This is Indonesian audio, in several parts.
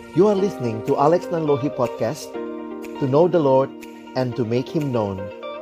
You are listening to Alex Nanlohi Podcast, to know the Lord and to make Him known.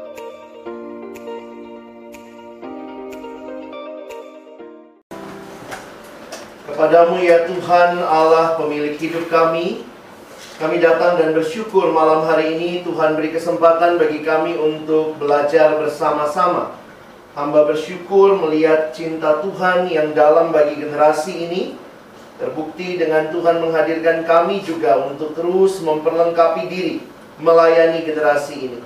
Kepadamu ya Tuhan Allah pemilik hidup kami datang dan bersyukur malam hari ini Tuhan beri kesempatan bagi kami untuk belajar bersama-sama. Hamba bersyukur melihat cinta Tuhan yang dalam bagi generasi ini. Terbukti dengan Tuhan menghadirkan kami juga untuk terus memperlengkapi diri melayani generasi ini.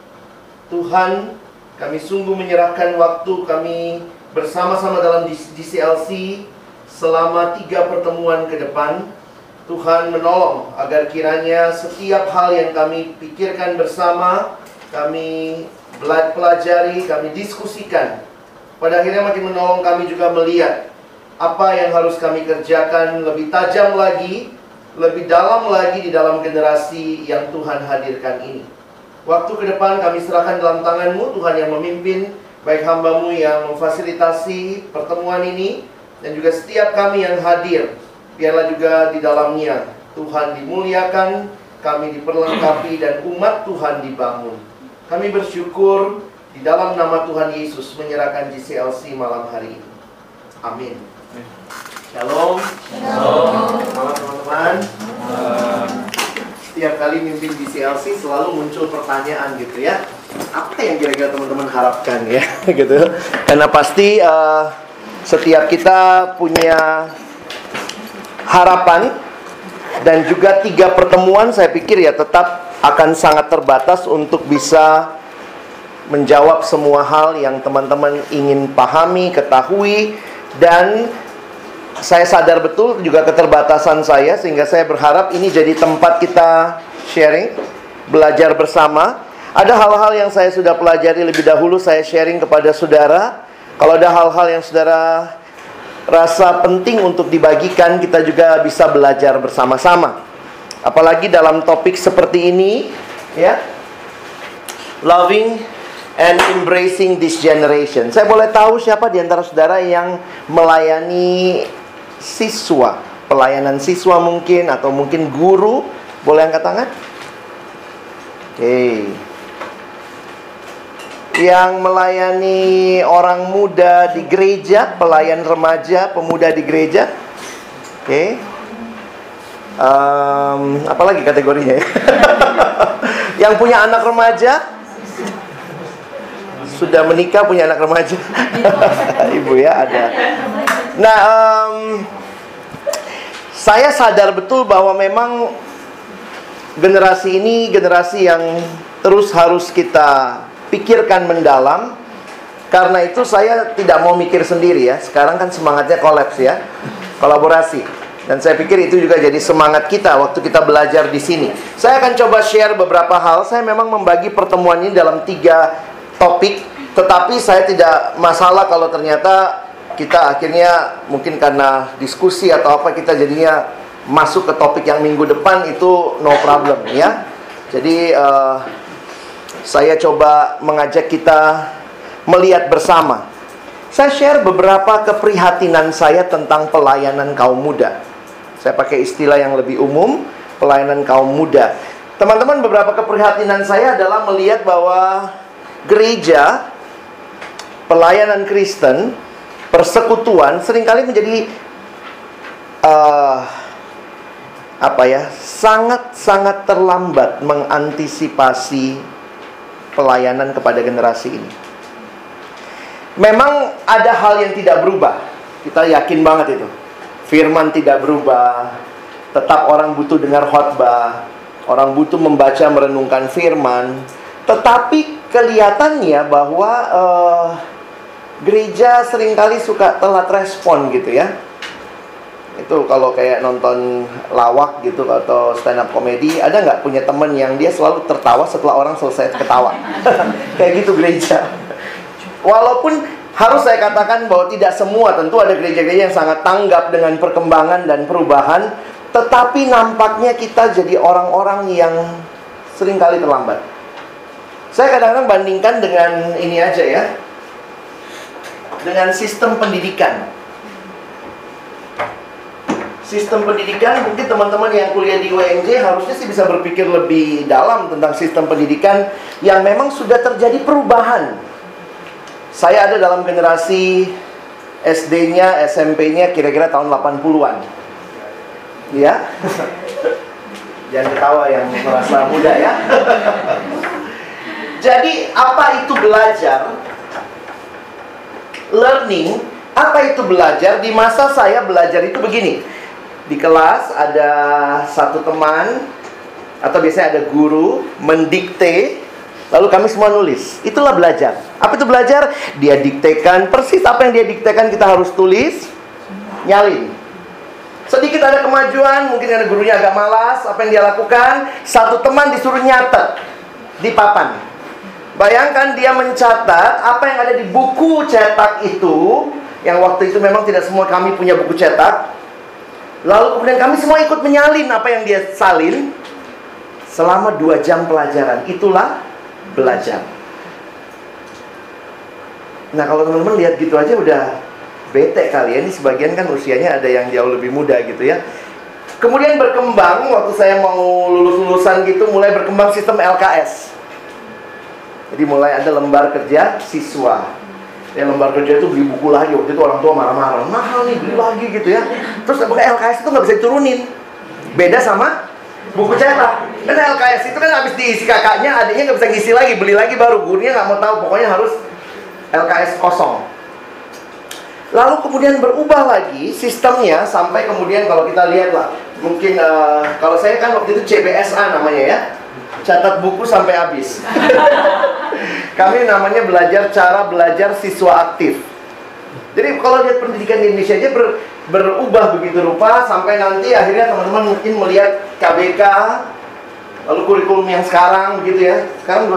Tuhan, kami sungguh menyerahkan waktu kami bersama-sama dalam DCLC selama 3 pertemuan ke depan. Tuhan menolong agar kiranya setiap hal yang kami pikirkan bersama, kami pelajari, kami diskusikan, pada akhirnya makin menolong kami juga melihat apa yang harus kami kerjakan lebih tajam lagi, lebih dalam lagi di dalam generasi yang Tuhan hadirkan ini. Waktu ke depan kami serahkan dalam tangan-Mu, Tuhan yang memimpin, baik hamba-Mu yang memfasilitasi pertemuan ini, dan juga setiap kami yang hadir. Biarlah juga di dalamnya Tuhan dimuliakan, kami diperlengkapi, dan umat Tuhan dibangun. Kami bersyukur di dalam nama Tuhan Yesus menyerahkan GCLC malam hari ini. Amin. Shalom. Shalom. Selamat teman-teman. Setiap kali mimpin GCLC selalu muncul pertanyaan gitu ya. Apa yang kira-kira teman-teman harapkan ya gitu. Karena pasti setiap kita punya harapan, dan juga 3 pertemuan saya pikir ya tetap akan sangat terbatas untuk bisa menjawab semua hal yang teman-teman ingin pahami, ketahui. Dan saya sadar betul juga keterbatasan saya, sehingga saya berharap ini jadi tempat kita sharing, belajar bersama. Ada hal-hal yang saya sudah pelajari lebih dahulu, saya sharing kepada saudara. Kalau ada hal-hal yang saudara rasa penting untuk dibagikan, kita juga bisa belajar bersama-sama. Apalagi dalam topik seperti ini, ya, loving and embracing this generation. Saya boleh tahu siapa di antara saudara yang melayani siswa, pelayanan siswa mungkin, atau mungkin guru? Boleh angkat tangan? Oke. Yang melayani orang muda di gereja, pelayan remaja, pemuda di gereja. Oke. Apalagi kategorinya ya? Yang punya anak remaja, sudah menikah punya anak remaja. Ibu ya ada. Nah, saya sadar betul bahwa memang generasi ini generasi yang terus harus kita pikirkan mendalam. Karena itu saya tidak mau mikir sendiri ya. Sekarang kan semangatnya kolaps ya, kolaborasi. Dan saya pikir itu juga jadi semangat kita waktu kita belajar di sini. Saya akan coba share beberapa hal. Saya memang membagi pertemuan ini dalam 3 topik, tetapi saya tidak masalah kalau ternyata kita akhirnya mungkin karena diskusi atau apa kita jadinya masuk ke topik yang minggu depan, itu no problem ya. Jadi saya coba mengajak kita melihat bersama. Saya share beberapa keprihatinan saya tentang pelayanan kaum muda. Saya pakai istilah yang lebih umum, pelayanan kaum muda. Teman-teman, beberapa keprihatinan saya adalah melihat bahwa gereja, pelayanan Kristen, persekutuan seringkali menjadi sangat-sangat terlambat mengantisipasi pelayanan kepada generasi ini. Memang ada hal yang tidak berubah. Kita yakin banget itu. Firman tidak berubah. Tetap orang butuh dengar khotbah. Orang butuh membaca, merenungkan firman. Tetapi kelihatannya bahwa gereja seringkali suka telat respon gitu ya. Itu kalau kayak nonton lawak gitu atau stand up comedy, ada nggak punya teman yang dia selalu tertawa setelah orang selesai ketawa? Kayak gitu gereja. Walaupun harus saya katakan bahwa tidak semua, tentu ada gereja-gereja yang sangat tanggap dengan perkembangan dan perubahan, tetapi nampaknya kita jadi orang-orang yang seringkali terlambat. Saya kadang-kadang bandingkan dengan ini aja ya, dengan sistem pendidikan. Sistem pendidikan, mungkin teman-teman yang kuliah di UNJ harusnya sih bisa berpikir lebih dalam tentang sistem pendidikan yang memang sudah terjadi perubahan. Saya ada dalam generasi SD-nya, SMP-nya kira-kira tahun 80-an. Ya. Jangan ketawa yang merasa muda ya. Jadi apa itu belajar? Learning, apa itu belajar? Di masa saya belajar itu begini. Di kelas ada satu teman atau biasanya ada guru mendikte, lalu kami semua nulis. Itulah belajar. Apa itu belajar? Dia diktekan persis apa yang dia diktekan, kita harus tulis, nyalin. Sedikit ada kemajuan, mungkin karena gurunya agak malas, apa yang dia lakukan? Satu teman disuruh nyatet di papan. Bayangkan dia mencatat apa yang ada di buku cetak itu, yang waktu itu memang tidak semua kami punya buku cetak. Lalu kemudian kami semua ikut menyalin apa yang dia salin selama 2 jam pelajaran. Itulah belajar. Nah, kalau teman-teman lihat gitu aja udah bete kali ya. Ini sebagian kan usianya ada yang jauh lebih muda gitu ya. Kemudian berkembang, waktu saya mau lulus-lulusan gitu, mulai berkembang sistem LKS. Jadi mulai ada lembar kerja siswa. Yang lembar kerja itu beli buku lagi. Waktu itu orang tua marah-marah, mahal nih, beli lagi gitu ya. Terus LKS itu nggak bisa diturunin. Beda sama buku cetak. Karena LKS itu kan habis diisi kakaknya, adiknya nggak bisa ngisi lagi, beli lagi baru. Gurunya nggak mau tahu, pokoknya harus LKS kosong. Lalu kemudian berubah lagi sistemnya sampai kemudian kalau kita lihat lah, mungkin kalau saya kan waktu itu CBSA namanya ya, catat buku sampai habis. Kami namanya cara belajar siswa aktif. Jadi kalau lihat pendidikan di Indonesia aja berubah begitu rupa sampai nanti akhirnya teman-teman mungkin melihat KBK, lalu kurikulum yang sekarang begitu ya. Sekarang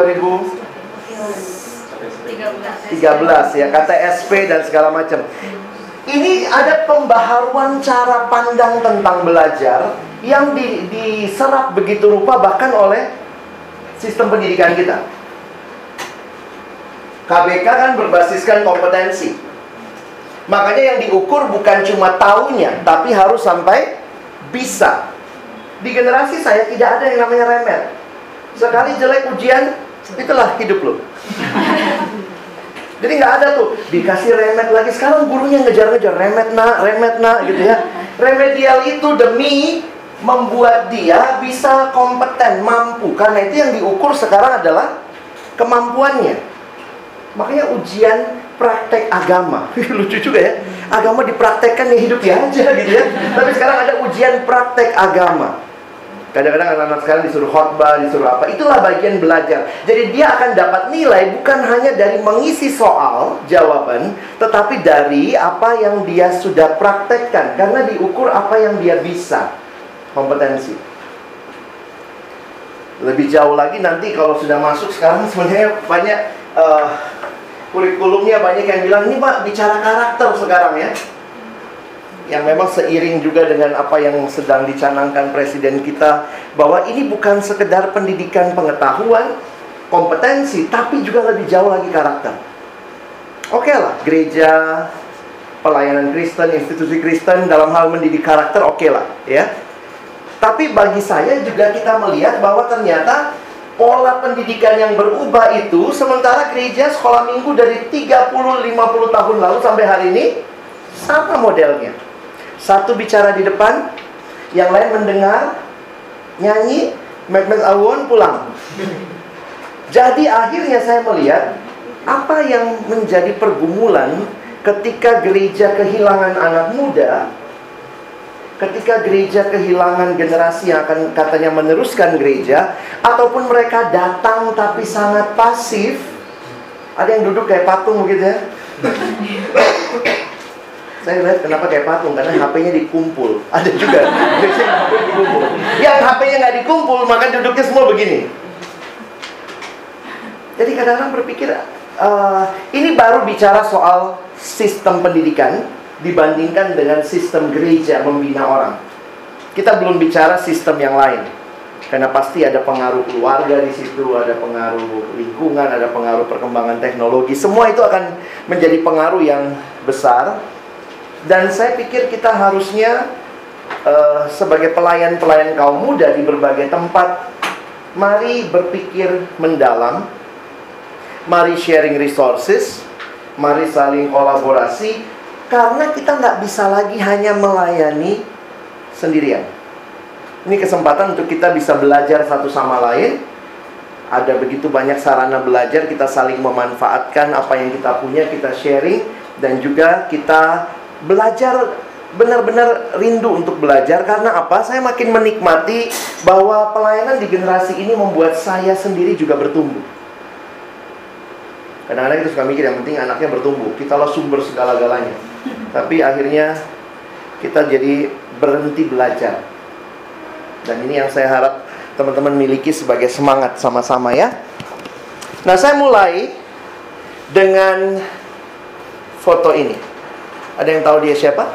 2013 ya, KTSP dan segala macam. Ini ada pembaharuan cara pandang tentang belajar yang diserap begitu rupa bahkan oleh sistem pendidikan kita. KBK kan berbasiskan kompetensi. Makanya yang diukur bukan cuma taunya, tapi harus sampai bisa. Di generasi saya tidak ada yang namanya remet. Sekali jelek ujian, itulah hidup lo. Jadi nggak ada tuh, dikasih remet lagi. Sekarang gurunya ngejar-ngejar, remet nak gitu ya. Remedial itu demi membuat dia bisa kompeten, mampu. Karena itu yang diukur sekarang adalah kemampuannya. Makanya ujian praktek agama. Lucu juga ya. Agama dipraktekkan ya hidup ya aja gitu ya. Tapi sekarang ada ujian praktek agama. Kadang-kadang anak-anak sekarang disuruh khotbah, disuruh apa. Itulah bagian belajar. Jadi dia akan dapat nilai bukan hanya dari mengisi soal, jawaban, tetapi dari apa yang dia sudah praktekkan. Karena diukur apa yang dia bisa. Kompetensi. Lebih jauh lagi nanti kalau sudah masuk sekarang sebenarnya banyak kurikulumnya banyak yang bilang, ini Pak bicara karakter sekarang ya. Yang memang seiring juga dengan apa yang sedang dicanangkan Presiden kita, bahwa ini bukan sekedar pendidikan pengetahuan, kompetensi, tapi juga lebih jauh lagi karakter. Oke lah, gereja, pelayanan Kristen, institusi Kristen dalam hal mendidik karakter oke lah ya. Tapi bagi saya juga kita melihat bahwa ternyata pola pendidikan yang berubah itu, sementara gereja sekolah minggu dari 30-50 tahun lalu sampai hari ini sama modelnya. Satu bicara di depan, yang lain mendengar, nyanyi, met-met awon, pulang. Jadi akhirnya saya melihat apa yang menjadi pergumulan ketika gereja kehilangan anak muda, ketika gereja kehilangan generasi yang akan katanya meneruskan gereja, ataupun mereka datang tapi sangat pasif. Ada yang duduk kayak patung begitu ya. Saya lihat kenapa kayak patung, karena HP-nya dikumpul. Ada juga gereja yang HP dikumpul. Yang HP-nya nggak dikumpul, maka duduknya semua begini. Jadi kadang-kadang berpikir ini baru bicara soal sistem pendidikan dibandingkan dengan sistem gereja membina orang. Kita belum bicara sistem yang lain. Karena pasti ada pengaruh keluarga di situ, ada pengaruh lingkungan, ada pengaruh perkembangan teknologi. Semua itu akan menjadi pengaruh yang besar. Dan saya pikir kita harusnya sebagai pelayan-pelayan kaum muda di berbagai tempat, mari berpikir mendalam, mari sharing resources, mari saling kolaborasi, karena kita nggak bisa lagi hanya melayani sendirian. Ini kesempatan untuk kita bisa belajar satu sama lain. Ada begitu banyak sarana belajar, kita saling memanfaatkan apa yang kita punya, kita sharing, dan juga kita belajar, benar-benar rindu untuk belajar. Karena apa? Saya makin menikmati bahwa pelayanan di generasi ini membuat saya sendiri juga bertumbuh. Kadang-kadang kita suka mikir yang penting anaknya bertumbuh, kitalah sumber segala-galanya. Tapi akhirnya kita jadi berhenti belajar. Dan ini yang saya harap teman-teman miliki sebagai semangat sama-sama ya. Nah, saya mulai dengan foto ini. Ada yang tahu dia siapa?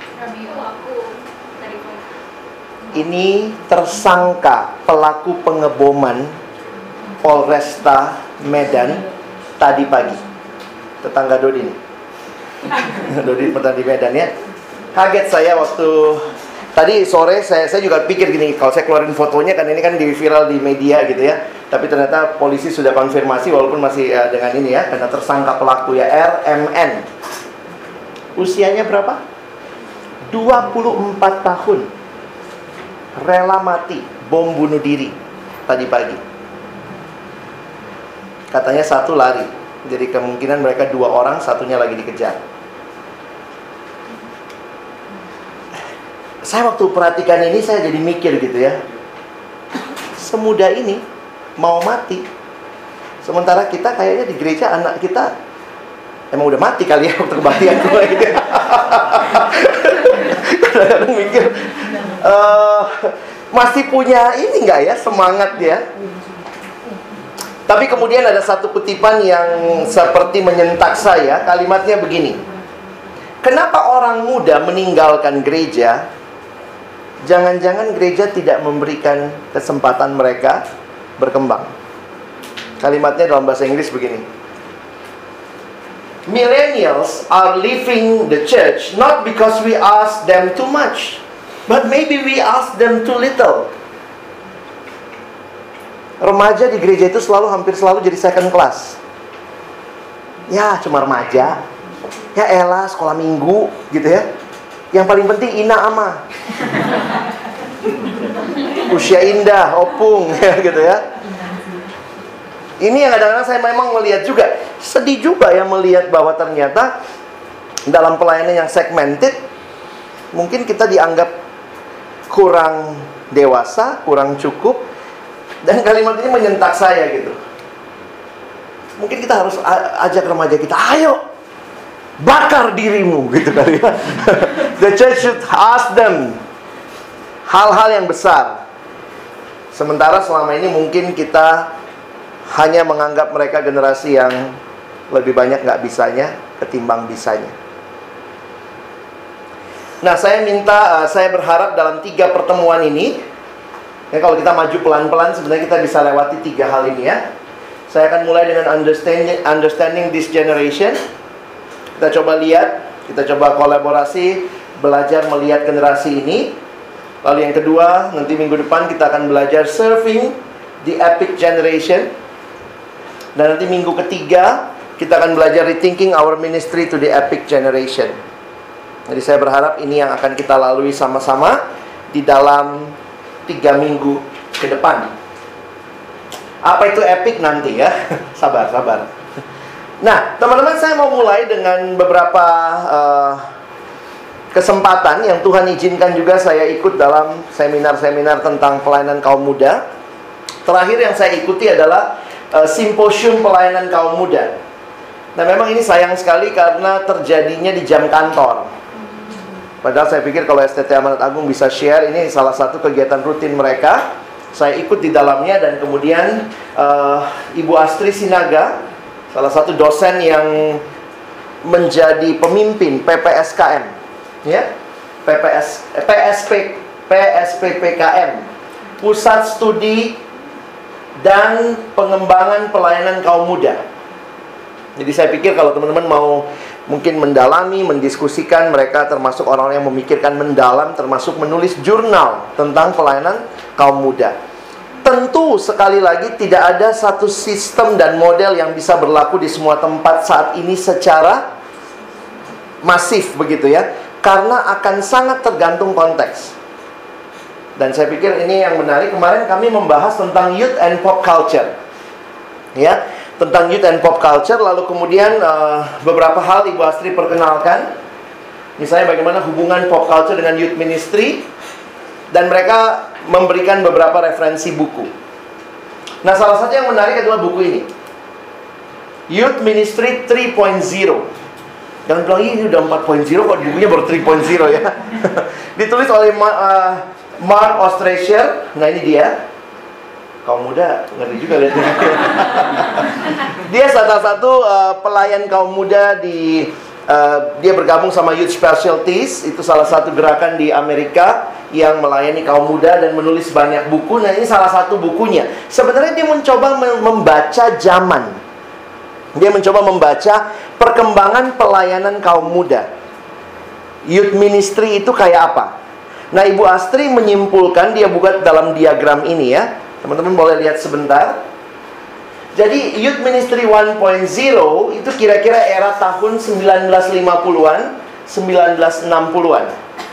Ini tersangka pelaku pengeboman Polresta Medan tadi pagi. Tetangga Dodi nih. Dodi pernah di Medan ya. Kaget saya waktu tadi sore, saya juga pikir gini, kalau saya keluarin fotonya kan ini kan di viral di media gitu ya. Tapi ternyata polisi sudah konfirmasi walaupun masih dengan ini ya, karena tersangka pelaku ya, RMN. Usianya berapa? 24 tahun. Rela mati, bom bunuh diri tadi pagi. Katanya satu lari. Jadi kemungkinan mereka 2 orang, satunya lagi dikejar. Saya waktu perhatikan ini, saya jadi mikir gitu ya. Semudah ini mau mati. Sementara kita kayaknya di gereja anak kita emang udah mati kali ya waktu kebaktian gue gitu. Kadang-kadang mikir masih punya ini nggak ya, semangat ya. Tapi kemudian ada satu kutipan yang seperti menyentak saya. Kalimatnya begini: kenapa orang muda meninggalkan gereja? Jangan-jangan gereja tidak memberikan kesempatan mereka berkembang. Kalimatnya dalam bahasa Inggris begini: Millennials are leaving the church not because we ask them too much, but maybe we ask them too little. Remaja di gereja itu hampir selalu jadi second class. Ya, cuma remaja. Ya elah, sekolah minggu gitu ya. Yang paling penting ina ama. Usia indah, opung ya gitu ya. Ini yang kadang-kadang saya memang melihat juga, sedih juga ya melihat bahwa ternyata dalam pelayanan yang segmented, mungkin kita dianggap kurang dewasa, kurang cukup. Dan kalimat ini menyentak saya gitu. Mungkin kita harus ajak remaja kita, ayo bakar dirimu gitu kali ya. The church should ask them hal-hal yang besar. Sementara selama ini mungkin kita hanya menganggap mereka generasi yang lebih banyak nggak bisanya ketimbang bisanya. Nah, saya berharap dalam 3 pertemuan ini, ya, kalau kita maju pelan-pelan sebenarnya kita bisa lewati 3 hal ini ya. Saya akan mulai dengan understanding this generation. Kita coba lihat, kita coba kolaborasi, belajar melihat generasi ini. Lalu yang kedua, nanti minggu depan kita akan belajar serving the epic generation. Dan nanti minggu ketiga, kita akan belajar rethinking our ministry to the epic generation. Jadi saya berharap ini yang akan kita lalui sama-sama di dalam 3 minggu ke depan. Apa itu epic nanti ya? Sabar. Nah, teman-teman, saya mau mulai dengan beberapa kesempatan yang Tuhan izinkan juga saya ikut dalam seminar-seminar tentang pelayanan kaum muda. Terakhir yang saya ikuti adalah simposium pelayanan kaum muda. Nah, memang ini sayang sekali karena terjadinya di jam kantor. Padahal saya pikir kalau STT Amanat Agung bisa share, ini salah satu kegiatan rutin mereka. Saya ikut di dalamnya dan kemudian Ibu Astri Sinaga, salah satu dosen yang menjadi pemimpin PPSKM, ya, PSPPKM, Pusat Studi dan Pengembangan Pelayanan Kaum Muda. Jadi saya pikir kalau teman-teman mau mungkin mendalami, mendiskusikan. Mereka termasuk orang yang memikirkan mendalam, termasuk menulis jurnal tentang pelayanan kaum muda. Tentu sekali lagi tidak ada satu sistem dan model yang bisa berlaku di semua tempat saat ini secara masif begitu ya, karena akan sangat tergantung konteks. Dan saya pikir ini yang menarik. Kemarin kami membahas tentang youth and pop culture, ya, tentang youth and pop culture. Lalu kemudian beberapa hal Ibu Astri perkenalkan, misalnya bagaimana hubungan pop culture dengan youth ministry, dan mereka memberikan beberapa referensi buku. Nah, salah satu yang menarik adalah buku ini, Youth Ministry 3.0. Jangan bilang ini udah 4.0 kok bukunya baru 3.0 ya. Ditulis oleh Mark Ostracher. Nah, ini dia. Kaum muda ngeri juga lihat. Dia salah satu pelayan kaum muda di dia bergabung sama Youth Specialties. Itu salah satu gerakan di Amerika yang melayani kaum muda dan menulis banyak buku. Nah, ini salah satu bukunya. Sebenarnya dia mencoba membaca zaman. Dia mencoba membaca perkembangan pelayanan kaum muda. Youth ministry itu kayak apa? Nah, Ibu Astri menyimpulkan, dia buat dalam diagram ini ya. Teman-teman boleh lihat sebentar. Jadi Youth Ministry 1.0 itu kira-kira era tahun 1950-an, 1960-an.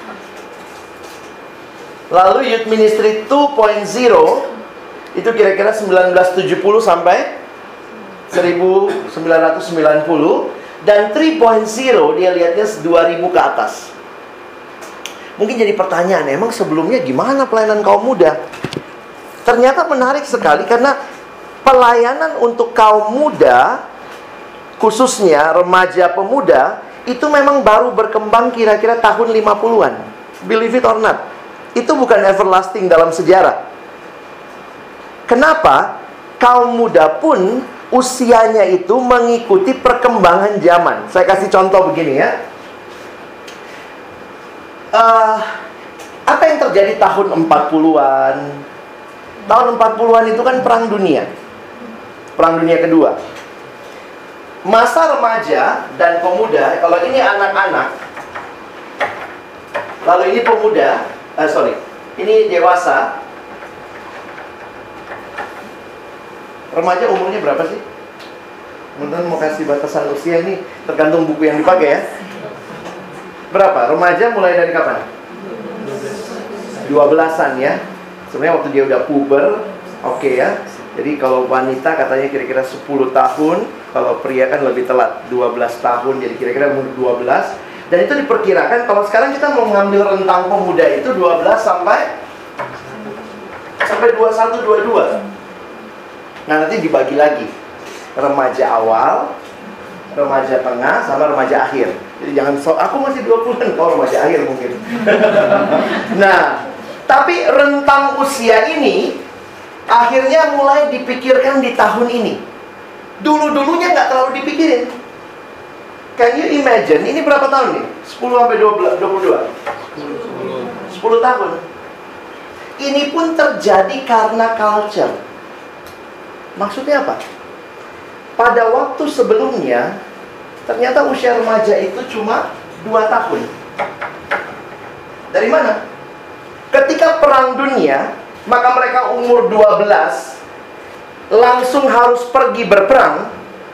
Lalu Youth Ministry 2.0 itu kira-kira 1970 sampai 1990. Dan 3.0 dia lihatnya 2000 ke atas. Mungkin jadi pertanyaan, emang sebelumnya gimana pelayanan kaum muda? Ternyata menarik sekali karena pelayanan untuk kaum muda, khususnya remaja pemuda, itu memang baru berkembang kira-kira tahun 50-an. Believe it or not, itu bukan everlasting dalam sejarah. Kenapa? Kaum muda pun usianya itu mengikuti perkembangan zaman. Saya kasih contoh begini ya. Apa yang terjadi tahun 40-an? Tahun 40-an itu kan Perang Dunia. Perang Dunia Kedua. Masa remaja dan pemuda, kalau ini anak-anak, lalu ini pemuda, ini dewasa. Remaja umurnya berapa sih? Teman-teman mau kasih batasan usia ini, tergantung buku yang dipakai ya. Berapa? Remaja mulai dari kapan? 12-an ya. Sebenarnya waktu dia udah puber, oke ya. Jadi kalau wanita katanya kira-kira 10 tahun, kalau pria kan lebih telat, 12 tahun, jadi kira-kira umur 12. Dan itu diperkirakan kalau sekarang kita mau ngambil rentang pemuda itu 12 sampai 21, 22. Nah, nanti dibagi lagi. Remaja awal, remaja tengah, sama remaja akhir. Jadi jangan aku masih 20-an, kalau remaja akhir mungkin. Nah, tapi rentang usia ini akhirnya mulai dipikirkan di tahun ini. Dulu-dulunya nggak terlalu dipikirin. Can you imagine? Ini berapa tahun nih? 10 sampai 22? 10 tahun. Ini pun terjadi karena culture. Maksudnya apa? Pada waktu sebelumnya, ternyata usia remaja itu cuma 2 tahun. Dari mana? Ketika Perang Dunia, maka mereka umur 12 langsung harus pergi berperang.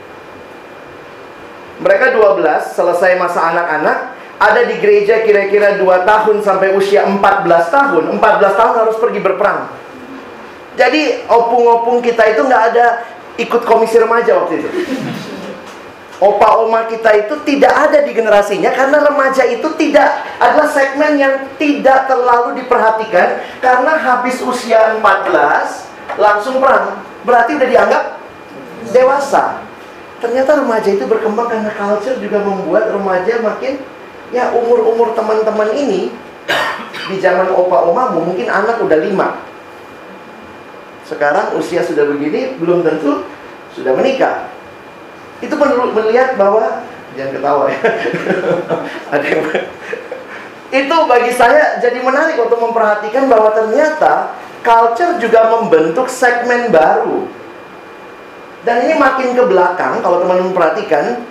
Mereka 12 selesai masa anak-anak, ada di gereja kira-kira 2 tahun sampai usia 14 tahun. 14 tahun harus pergi berperang. Jadi opung-opung kita itu nggak ada ikut komisi remaja waktu itu. Opa-oma kita itu tidak ada di generasinya, karena remaja itu tidak adalah segmen yang tidak terlalu diperhatikan. Karena habis usia 14 langsung perang, berarti udah dianggap dewasa. Ternyata remaja itu berkembang karena culture juga membuat remaja makin, ya umur-umur teman-teman ini. Di zaman opa-omamu mungkin anak udah 5. Sekarang usia sudah begini, belum tentu sudah menikah. Itu perlu melihat bahwa, jangan ketawa ya. Ada yang itu bagi saya jadi menarik untuk memperhatikan bahwa ternyata culture juga membentuk segmen baru. Dan ini makin ke belakang, kalau teman-teman perhatikan,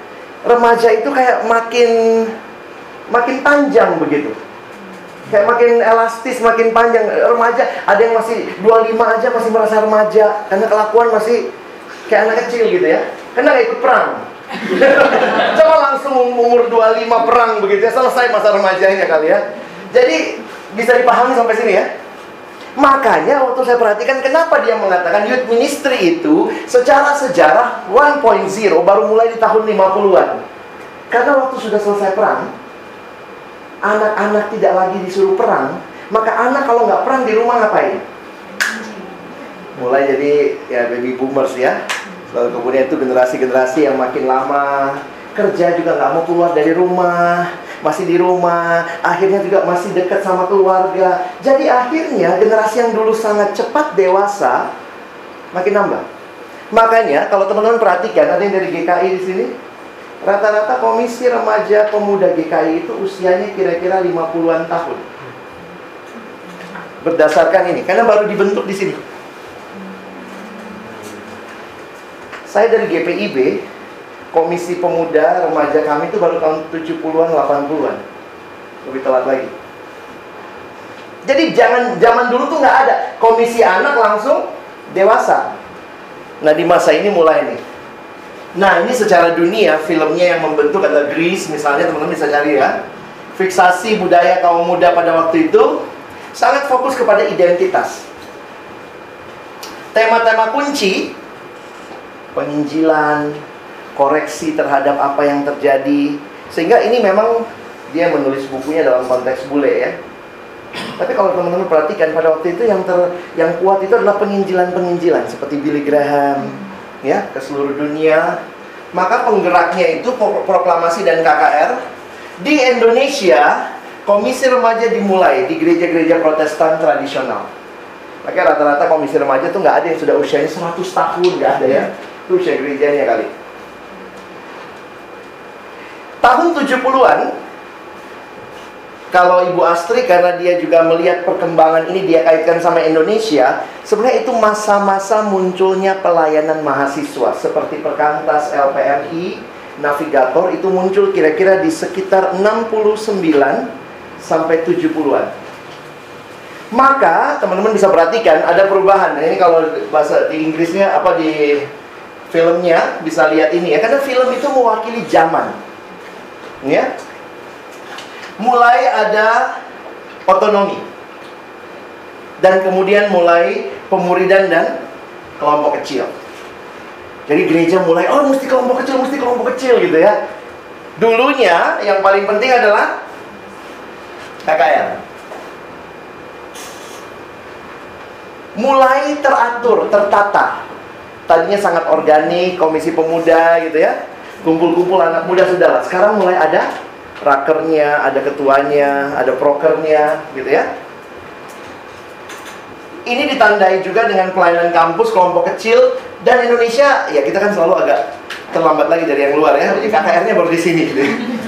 remaja itu kayak makin panjang begitu. Kayak makin elastis, makin panjang. Remaja, ada yang masih 25 aja masih merasa remaja, karena kelakuan masih kayak anak kecil gitu ya. Karena gak ikut perang. Coba langsung umur 25 perang begitu ya, selesai masa remajanya kali ya. Jadi bisa dipahami sampai sini ya. Makanya waktu saya perhatikan kenapa dia mengatakan youth ministry itu secara sejarah 1.0 baru mulai di tahun 50-an. Karena waktu sudah selesai perang, anak-anak tidak lagi disuruh perang, maka anak kalau nggak perang di rumah ngapain? Mulai jadi ya baby boomers ya. Lalu kemudian itu generasi-generasi yang makin lama kerja juga nggak mau keluar dari rumah, masih di rumah, akhirnya juga masih dekat sama keluarga. Jadi akhirnya generasi yang dulu sangat cepat dewasa makin nambah. Makanya kalau teman-teman perhatikan, ada yang dari GKI di sini, rata-rata komisi remaja pemuda GKI itu usianya kira-kira 50-an tahun. Berdasarkan ini, karena baru dibentuk di sini. Saya dari GPIB, komisi pemuda remaja kami itu baru tahun 70-an, 80-an. Lebih telat lagi. Jadi zaman dulu tuh nggak ada komisi anak langsung dewasa. Nah di masa ini mulai nih. Nah ini secara dunia filmnya yang membentuk adalah Grease misalnya, teman-teman bisa cari ya. Fiksasi budaya kaum muda pada waktu itu sangat fokus kepada identitas. Tema-tema kunci, penginjilan, koreksi terhadap apa yang terjadi. Sehingga ini memang dia menulis bukunya dalam konteks bule ya. Tapi kalau teman-teman perhatikan pada waktu itu yang kuat itu adalah penginjilan-penginjilan seperti Billy Graham ya, ke seluruh dunia. Maka penggeraknya itu proklamasi dan KKR. Di Indonesia, komisi remaja dimulai di gereja-gereja Protestan tradisional. Makanya rata-rata komisi remaja itu nggak ada yang sudah usianya 100 tahun, nggak ada ya. Itu usia gerejanya kali. Tahun 70-an, kalau Ibu Astri karena dia juga melihat perkembangan ini, dia kaitkan sama Indonesia. Sebenarnya itu masa-masa munculnya pelayanan mahasiswa seperti Perkantas, LPRI, Navigator. Itu muncul kira-kira di sekitar 69 sampai 70-an. Maka teman-teman bisa perhatikan ada perubahan. Nah, ini kalau bahasa di Inggrisnya apa, di filmnya bisa lihat ini ya. Karena film itu mewakili zaman ya. Mulai ada otonomi, dan kemudian mulai pemuridan dan kelompok kecil. Jadi gereja mulai, oh mesti kelompok kecil gitu ya. Dulunya yang paling penting adalah KKR. Mulai teratur, tertata. Tadinya sangat organik, komisi pemuda gitu ya, kumpul-kumpul anak muda sudah lah. Sekarang mulai ada rakernya, ada ketuanya, ada prokernya, gitu ya. Ini ditandai juga dengan pelayanan kampus, kelompok kecil, dan Indonesia, ya kita kan selalu agak terlambat lagi dari yang luar ya. Jadi KKR-nya baru di sini. Gitu.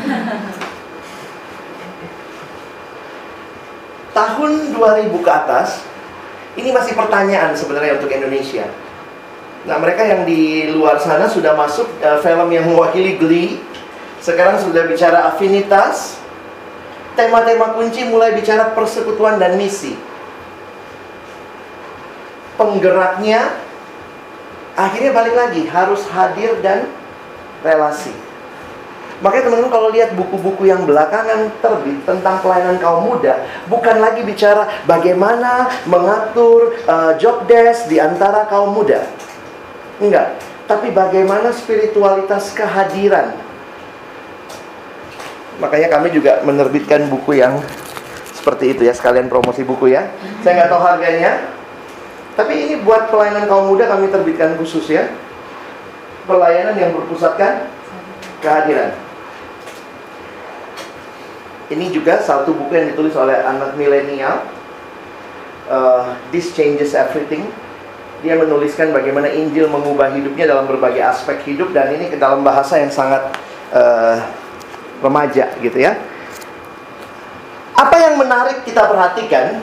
Tahun 2000 ke atas, ini masih pertanyaan sebenarnya untuk Indonesia. Nah, mereka yang di luar sana sudah masuk film yang mewakili Glee. Sekarang sudah bicara afinitas. Tema-tema kunci mulai bicara persekutuan dan misi. Penggeraknya akhirnya balik lagi, harus hadir dan relasi. Makanya teman-teman kalau lihat buku-buku yang belakangan terbit tentang pelayanan kaum muda, bukan lagi bicara bagaimana mengatur job desk di antara kaum muda. Enggak, tapi bagaimana spiritualitas kehadiran. Makanya kami juga menerbitkan buku yang seperti itu ya, sekalian promosi buku ya. Saya nggak tahu harganya, tapi ini buat pelayanan kaum muda kami terbitkan khusus ya. Pelayanan yang berpusatkan kehadiran. Ini juga satu buku yang ditulis oleh anak milenial, This Changes Everything. Dia menuliskan bagaimana Injil mengubah hidupnya dalam berbagai aspek hidup, dan ini ke dalam bahasa yang sangat remaja gitu ya. Apa yang menarik kita perhatikan,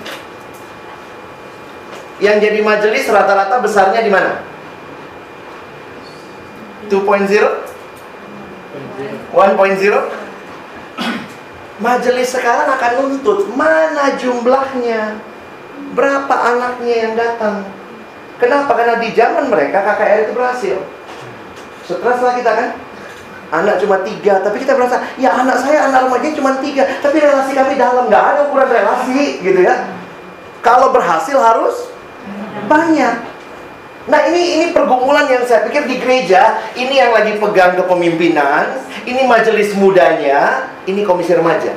yang jadi majelis rata-rata besarnya di mana? 2.0? 1.0. Majelis sekarang akan nuntut, mana jumlahnya, berapa anaknya yang datang. Kenapa? Karena di zaman mereka KKR itu berhasil. Setelah kita kan, anak cuma 3, tapi kita merasa, ya anak saya, anak remaja cuma 3, tapi relasi kami dalam, nggak ada ukuran relasi, gitu ya. Kalau berhasil harus banyak. Nah ini pergumulan yang saya pikir di gereja, ini yang lagi pegang kepemimpinan, ini majelis mudanya, ini komisi remaja.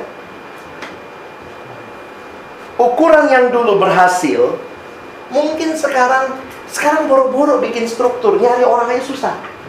Ukuran yang dulu berhasil, mungkin sekarang boro-boro bikin struktur, nyari orang aja susah.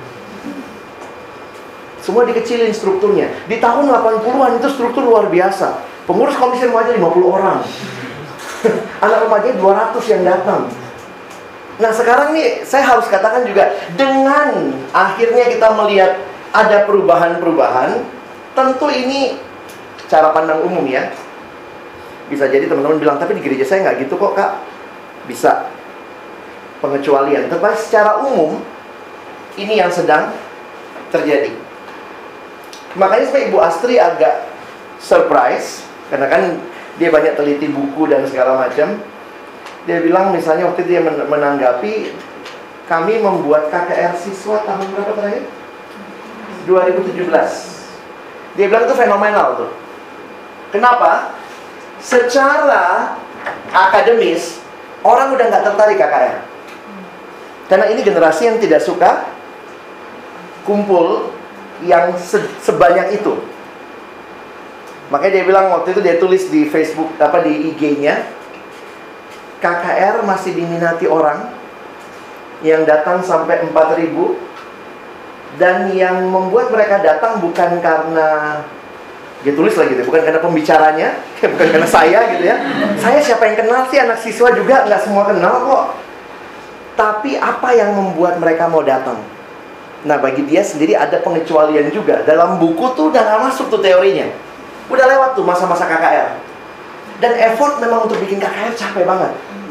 Semua dikecilin strukturnya. Di tahun 80-an itu struktur luar biasa. Pengurus komisi remaja 50 orang. Anak remaja 200 yang datang. Nah sekarang nih saya harus katakan juga, dengan akhirnya kita melihat ada perubahan-perubahan, tentu ini cara pandang umum ya. Bisa jadi teman-teman bilang, tapi di gereja saya nggak gitu kok kak. Bisa pengecualian. Tapi secara umum ini yang sedang terjadi. Makanya sampai Ibu Astri agak surprise, karena kan dia banyak teliti buku dan segala macam. Dia bilang misalnya waktu itu dia menanggapi, kami membuat KKR siswa tahun berapa terakhir? 2017. Dia bilang itu fenomenal tuh. Kenapa? Secara akademis, orang udah nggak tertarik KKR. Karena ini generasi yang tidak suka kumpul yang sebanyak itu. Makanya dia bilang waktu itu dia tulis di Facebook, di IG-nya, KKR masih diminati orang, yang datang sampai 4.000, dan yang membuat mereka datang bukan karena, dia tulis lagi gitu, bukan karena pembicaranya, bukan karena saya gitu ya. Saya siapa yang kenal sih, anak siswa juga nggak semua kenal kok. Tapi apa yang membuat mereka mau datang? Nah bagi dia sendiri ada pengecualian juga. Dalam buku tuh udah nggak masuk tuh teorinya. Udah lewat tuh masa-masa KKR. Dan effort memang untuk bikin KKR capek banget.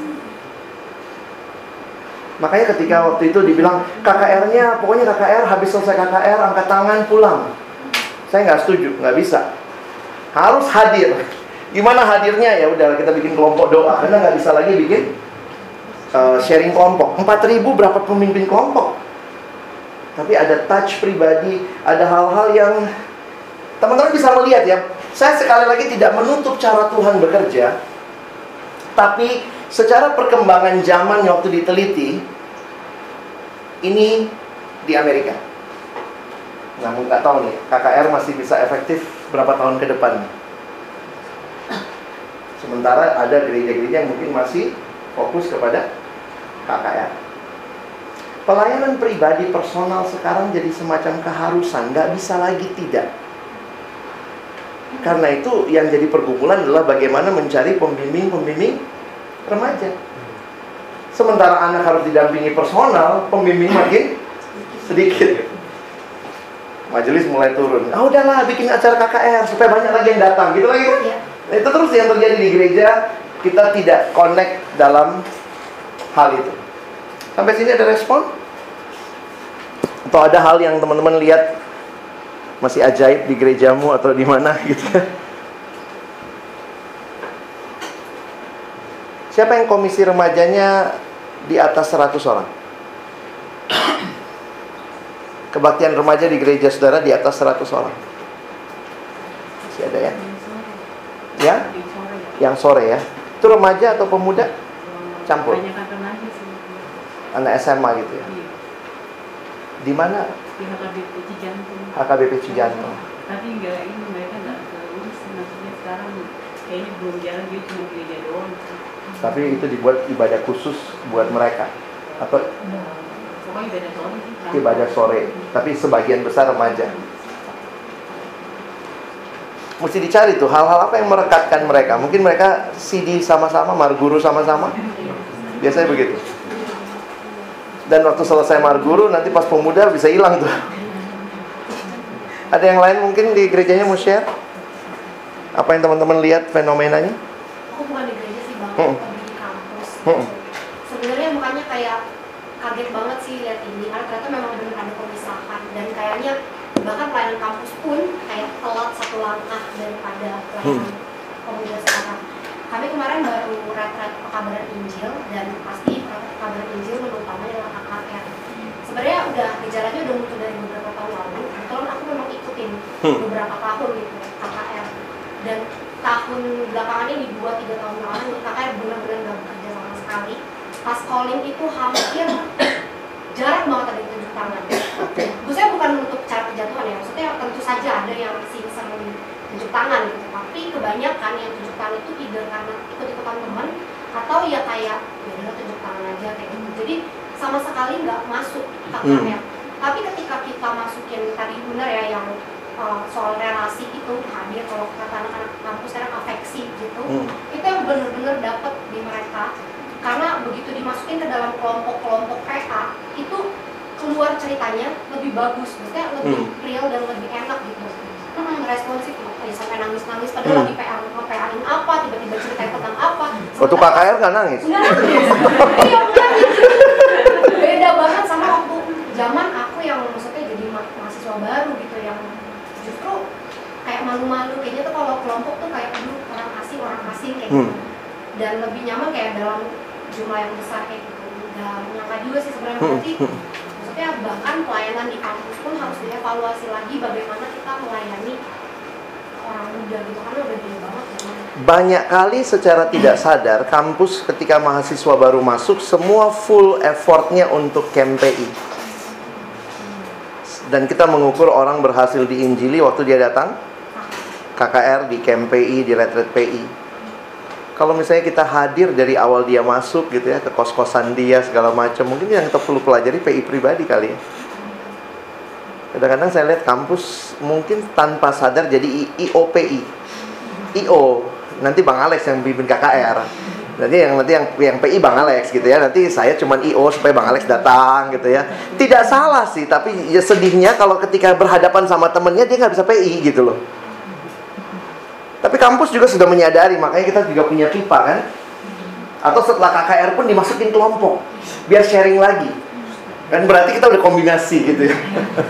Makanya ketika waktu itu dibilang KKR-nya, pokoknya KKR habis selesai KKR angkat tangan pulang. Saya nggak setuju, nggak bisa. Harus hadir. Gimana hadirnya? Ya udah kita bikin kelompok doa, karena nggak bisa lagi bikin sharing kelompok. 4.000 berapa pemimpin kelompok? Tapi ada touch pribadi, ada hal-hal yang teman-teman bisa melihat ya. Saya sekali lagi tidak menutup cara Tuhan bekerja, tapi secara perkembangan zaman yang waktu diteliti, ini di Amerika. Namun nggak tahu nih, KKR masih bisa efektif berapa tahun ke depan. Sementara ada gereja-gereja yang mungkin masih fokus kepada KKR. Pelayanan pribadi personal sekarang jadi semacam keharusan, nggak bisa lagi tidak. Karena itu yang jadi pergumulan adalah bagaimana mencari pembimbing remaja. Sementara anak harus didampingi personal, pembimbing makin sedikit. Majelis mulai turun. Ah udahlah bikin acara KKR supaya banyak lagi yang datang, gitu lagi kan? Ya. Nah, itu terus yang terjadi di gereja. Kita tidak connect dalam hal itu. Sampai sini ada respon? Atau ada hal yang teman-teman lihat masih ajaib di gerejamu atau di mana gitu? Siapa yang komisi remajanya di atas 100 orang? Kebaktian remaja di gereja saudara di atas 100 orang. Masih ada ya? Ya? Yang sore ya? Itu remaja atau pemuda? Campur? Anak SMA gitu ya? Di mana? Di HKBP Cijantung. HKBP Cijantung. Tapi mereka nggak keurus. Maksudnya sekarang kayaknya belum jalan, dia cuma gereja doang. Tapi itu dibuat ibadah khusus buat mereka atau pokoknya ibadah sore sih. Ibadah sore, tapi sebagian besar remaja. Mesti dicari tuh hal-hal apa yang merekatkan mereka. Mungkin mereka CD sama-sama, Marguru sama-sama. Biasanya begitu. Dan waktu selesai Marguru, nanti pas pemuda bisa hilang tuh. Ada yang lain mungkin di gerejanya mau share? Apa yang teman-teman lihat fenomenanya? Aku bukan di gereja sih bang, aku di kampus. Sebenarnya makanya kayak kaget banget sih lihat ini, karena ternyata memang benar ada pemisahan. Dan kayaknya Bahkan pelayanan kampus pun kayak telat 1 langkah daripada pelayanan pemuda sekarang. Kami kemarin baru retret pekabaran Injil, dan pasti pekabaran Injil menu utamanya adalah KKR. Sebenarnya gejalanya udah muncul dari beberapa tahun lalu. Kebetulan aku memang ikutin beberapa tahun gitu KKR. Dan tahun belakangan ini 2-3 tahun belakangan KKR benar-benar nggak bekerja sama sekali. Pas calling itu hampir jarang banget ada yang tunjuk tangan. Maksudnya bukan untuk cara kejatuhan ya, maksudnya tentu saja ada yang sering tunjuk tangan gitu. Tapi kebanyakan yang tunjuk tangan itu either karena ikut-ikutan teman atau ya kayak ya udah tunjuk tangan aja kayak gitu. Jadi sama sekali nggak masuk KKR. Tapi ketika kita masukin tadi benar ya yang soal relasi itu hadir, kalau kata anak-anak kampus sekarang afeksi gitu, itu yang benar-benar dapat di mereka. Karena begitu dimasukin ke dalam kelompok-kelompok PA, itu keluar ceritanya lebih bagus, maksudnya lebih real dan lebih enak gitu. Responsif, ya sampai nangis-nangis padahal lagi PA-in apa, tiba-tiba cerita tentang apa. Waktu KKR kan nangis? Nggak nangis. Iya benar. Beda banget sama waktu zaman aku yang maksudnya jadi mahasiswa baru gitu, yang justru kayak malu-malu kayaknya tuh kalau kelompok tuh kayak aduh orang asing kayak gitu. Dan lebih nyaman kayak dalam jumlah yang besar kayak gitu. Nggak nyangka juga sih sebenarnya, berarti maksudnya bahkan pelayanan di kampus pun harus dievaluasi lagi bagaimana kita melayani orang muda gitu, karena udah gede banget ya. Banyak kali secara tidak sadar kampus ketika mahasiswa baru masuk semua full effortnya untuk KMPI. Dan kita mengukur orang berhasil diinjili waktu dia datang KKR, di KMPI, di retret PI. Kalau misalnya kita hadir dari awal dia masuk gitu ya, ke kos-kosan dia segala macam, mungkin yang kita perlu pelajari PI pribadi kali ya. Kadang-kadang saya lihat kampus mungkin tanpa sadar jadi IOPI. IO, nanti Bang Alex yang pimpin KKR. Nanti yang PI Bang Alex gitu ya. Nanti saya cuman IO supaya Bang Alex datang gitu ya. Tidak salah sih, tapi ya sedihnya kalau ketika berhadapan sama temennya dia nggak bisa PI gitu loh. Tapi kampus juga sudah menyadari, makanya kita juga punya pipa kan. Atau setelah KKR pun dimasukin kelompok biar sharing lagi. Kan berarti kita udah kombinasi gitu ya.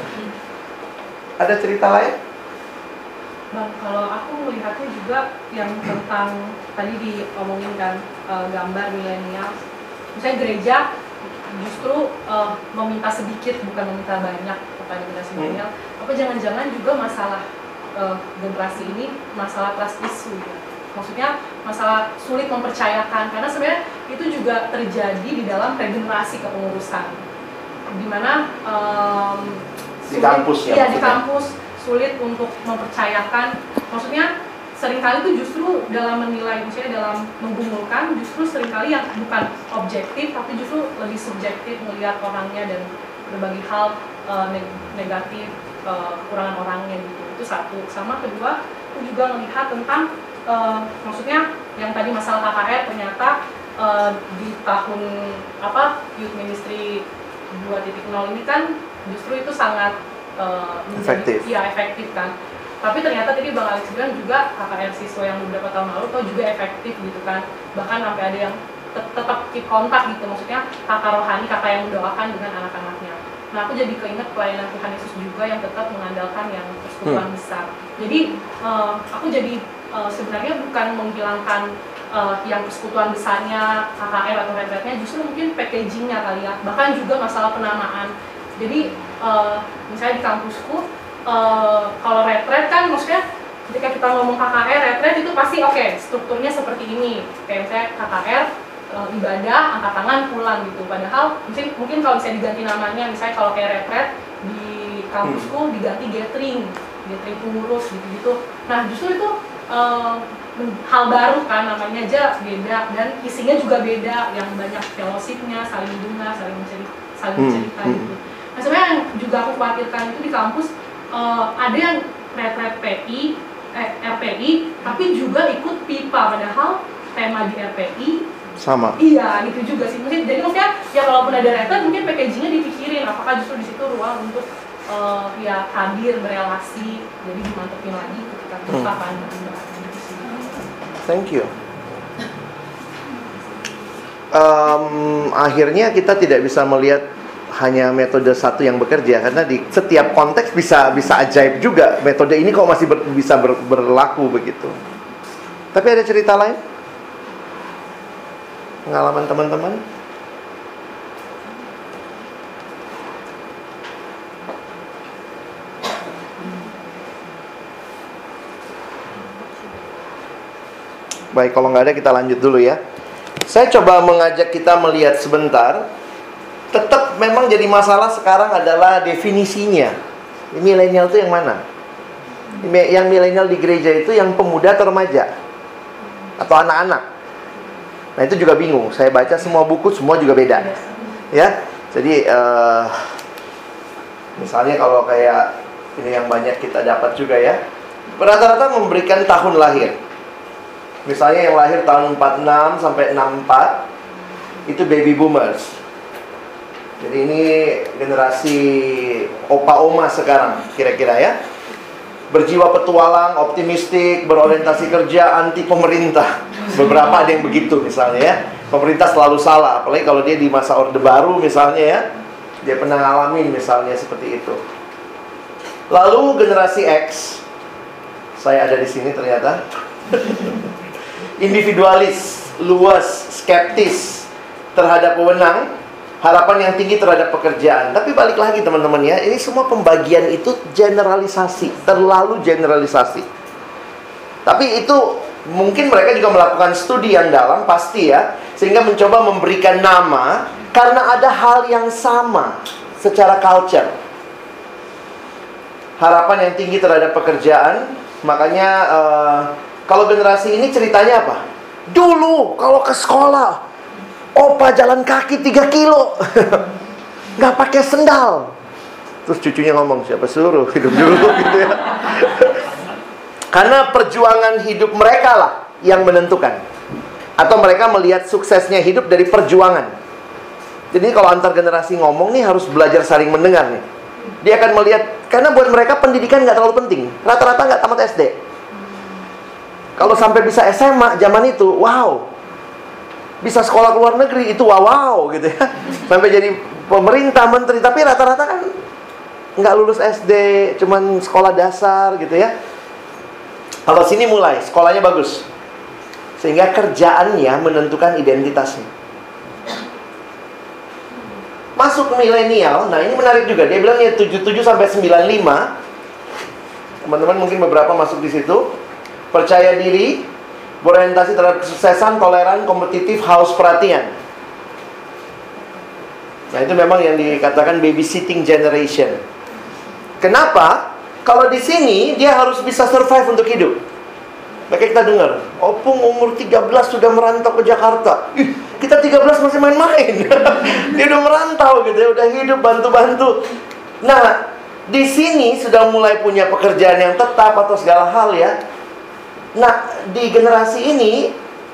Ada cerita lain? Bang, kalau aku melihatnya juga yang tentang tadi diomongin kan, gambar milenial. Misalnya gereja justru meminta sedikit bukan meminta banyak kepada generasi milenial. Apa jangan-jangan juga masalah generasi ini masalah trust issue ya. Maksudnya masalah sulit mempercayakan, karena sebenarnya itu juga terjadi di dalam regenerasi kepengurusan, dimana di kampus ya, iya, di kampus sulit untuk mempercayakan. Maksudnya seringkali itu justru dalam menilai, misalnya dalam menggumulkan, justru seringkali yang bukan objektif tapi justru lebih subjektif melihat orangnya dan berbagai hal negatif, kekurangan orangnya gitu. Itu satu. Sama kedua, aku juga melihat tentang maksudnya yang tadi masalah KKR, ternyata di tahun Youth Ministry 2.0 ini kan justru itu sangat efektif. Iya, efektif kan. Tapi ternyata tadi Bang Alex bilang juga KKR siswa yang beberapa tahun lalu tuh juga efektif gitu kan. Bahkan sampai ada yang tetap keep kontak gitu, maksudnya kakak rohani, kakak yang mendoakan dengan anak-anaknya. Nah, aku jadi keinget pelayanan Tuhan Yesus juga yang tetap mengandalkan yang persekutuan besar. Jadi aku jadi sebenarnya bukan menghilangkan yang persekutuan besarnya, KKR atau retretnya, justru mungkin packagingnya kali ya. Bahkan juga masalah penamaan. Jadi misalnya di kampusku, kalau retret kan maksudnya ketika kita ngomong KKR, retret itu pasti oke, strukturnya seperti ini. Kayak misalnya KKR, ibadah, angkat tangan, pulang gitu. Padahal mungkin kalau misalnya diganti namanya, misalnya kalau kayak retret di kampusku diganti gathering pengurus gitu-gitu. Nah justru itu hal baru kan, namanya aja beda dan isinya juga beda, yang banyak fellowship-nya, saling dengar, saling cerita gitu. Nah sebenarnya yang juga aku khawatirkan itu di kampus ada yang retret RPI tapi juga ikut PIPA, padahal tema di RPI sama. Iya, gitu juga sih. Jadi maksudnya ya kalaupun ada retret mungkin packagingnya dipikirin apakah justru di situ ruang untuk ya hadir, berelasi, jadi dimantepin lagi ketika kita akan Thank you. Akhirnya kita tidak bisa melihat hanya metode satu yang bekerja, karena di setiap konteks bisa ajaib juga metode ini kok masih bisa berlaku begitu. Tapi ada cerita lain? Pengalaman teman-teman? Baik, kalau nggak ada kita lanjut dulu ya. Saya coba mengajak kita melihat sebentar. Tetap memang jadi masalah sekarang adalah definisinya. Milenial itu yang mana? Yang milenial di gereja itu yang pemuda atau remaja? Atau anak-anak? Nah itu juga bingung. Saya baca semua buku, semua juga beda. Ya, jadi misalnya kalau kayak ini yang banyak kita dapat juga ya. Rata-rata memberikan tahun lahir. Misalnya yang lahir tahun 46 sampai 64 itu baby boomers. Jadi ini generasi opa-oma sekarang kira-kira ya. Berjiwa petualang, optimistik, berorientasi kerja, anti pemerintah. Beberapa ada yang begitu misalnya ya. Pemerintah selalu salah, apalagi kalau dia di masa Orde Baru misalnya ya. Dia pernah ngalamin misalnya seperti itu. Lalu generasi X, saya ada di sini ternyata. Individualis, luas, skeptis terhadap wewenang, harapan yang tinggi terhadap pekerjaan. Tapi balik lagi teman-teman ya, ini semua pembagian itu generalisasi, terlalu generalisasi. Tapi itu mungkin mereka juga melakukan studi yang dalam, pasti ya, sehingga mencoba memberikan nama karena ada hal yang sama secara culture. Harapan yang tinggi terhadap pekerjaan, makanya kalau generasi ini ceritanya apa? Dulu kalau ke sekolah, opa jalan kaki 3 kilo nggak pakai sendal. Terus cucunya ngomong, siapa suruh hidup dulu gitu ya. Karena perjuangan hidup mereka lah yang menentukan. Atau mereka melihat suksesnya hidup dari perjuangan. Jadi kalau antar generasi ngomong nih harus belajar saling mendengar nih. Dia akan melihat, karena buat mereka pendidikan nggak terlalu penting. Rata-rata nggak tamat SD. Kalau sampai bisa SMA zaman itu, wow. Bisa sekolah ke luar negeri, itu wow gitu ya. Sampai jadi pemerintah, menteri. Tapi rata-rata kan nggak lulus SD, cuman sekolah dasar gitu ya. Kalau sini mulai, sekolahnya bagus, sehingga kerjaannya menentukan identitasnya. Masuk ke milenial, nah ini menarik juga. Dia bilang ya 77 sampai 95. Teman-teman mungkin beberapa masuk di situ. Percaya diri, berorientasi terhadap kesuksesan, toleran, kompetitif, haus perhatian. Nah itu memang yang dikatakan babysitting generation. Kenapa? Kalau di sini dia harus bisa survive untuk hidup. Maka kita dengar, Opung umur 13 sudah merantau ke Jakarta. Ih, kita 13 masih main-main. Dia udah merantau gitu ya, udah hidup bantu-bantu. Nah, di sini sudah mulai punya pekerjaan yang tetap atau segala hal ya. Nah, di generasi ini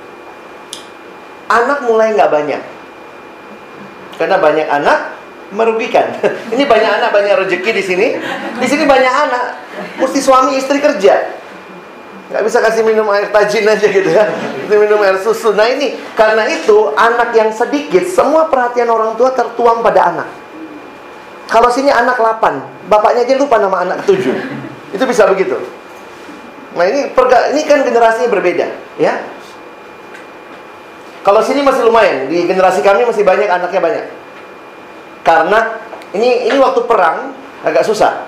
anak mulai nggak banyak. Karena banyak anak merugikan. Ini banyak anak, banyak rezeki di sini. Di sini banyak anak, mesti suami istri kerja. Nggak bisa kasih minum air tajin aja gitu ya. Mesti minum air susu. Nah ini, karena itu anak yang sedikit, semua perhatian orang tua tertuang pada anak. Kalau sini anak 8, bapaknya aja lupa nama anak 7. Itu bisa begitu. Nah ini kan generasinya berbeda ya. Kalau sini masih lumayan, di generasi kami masih banyak anaknya banyak. Karena ini waktu perang agak susah.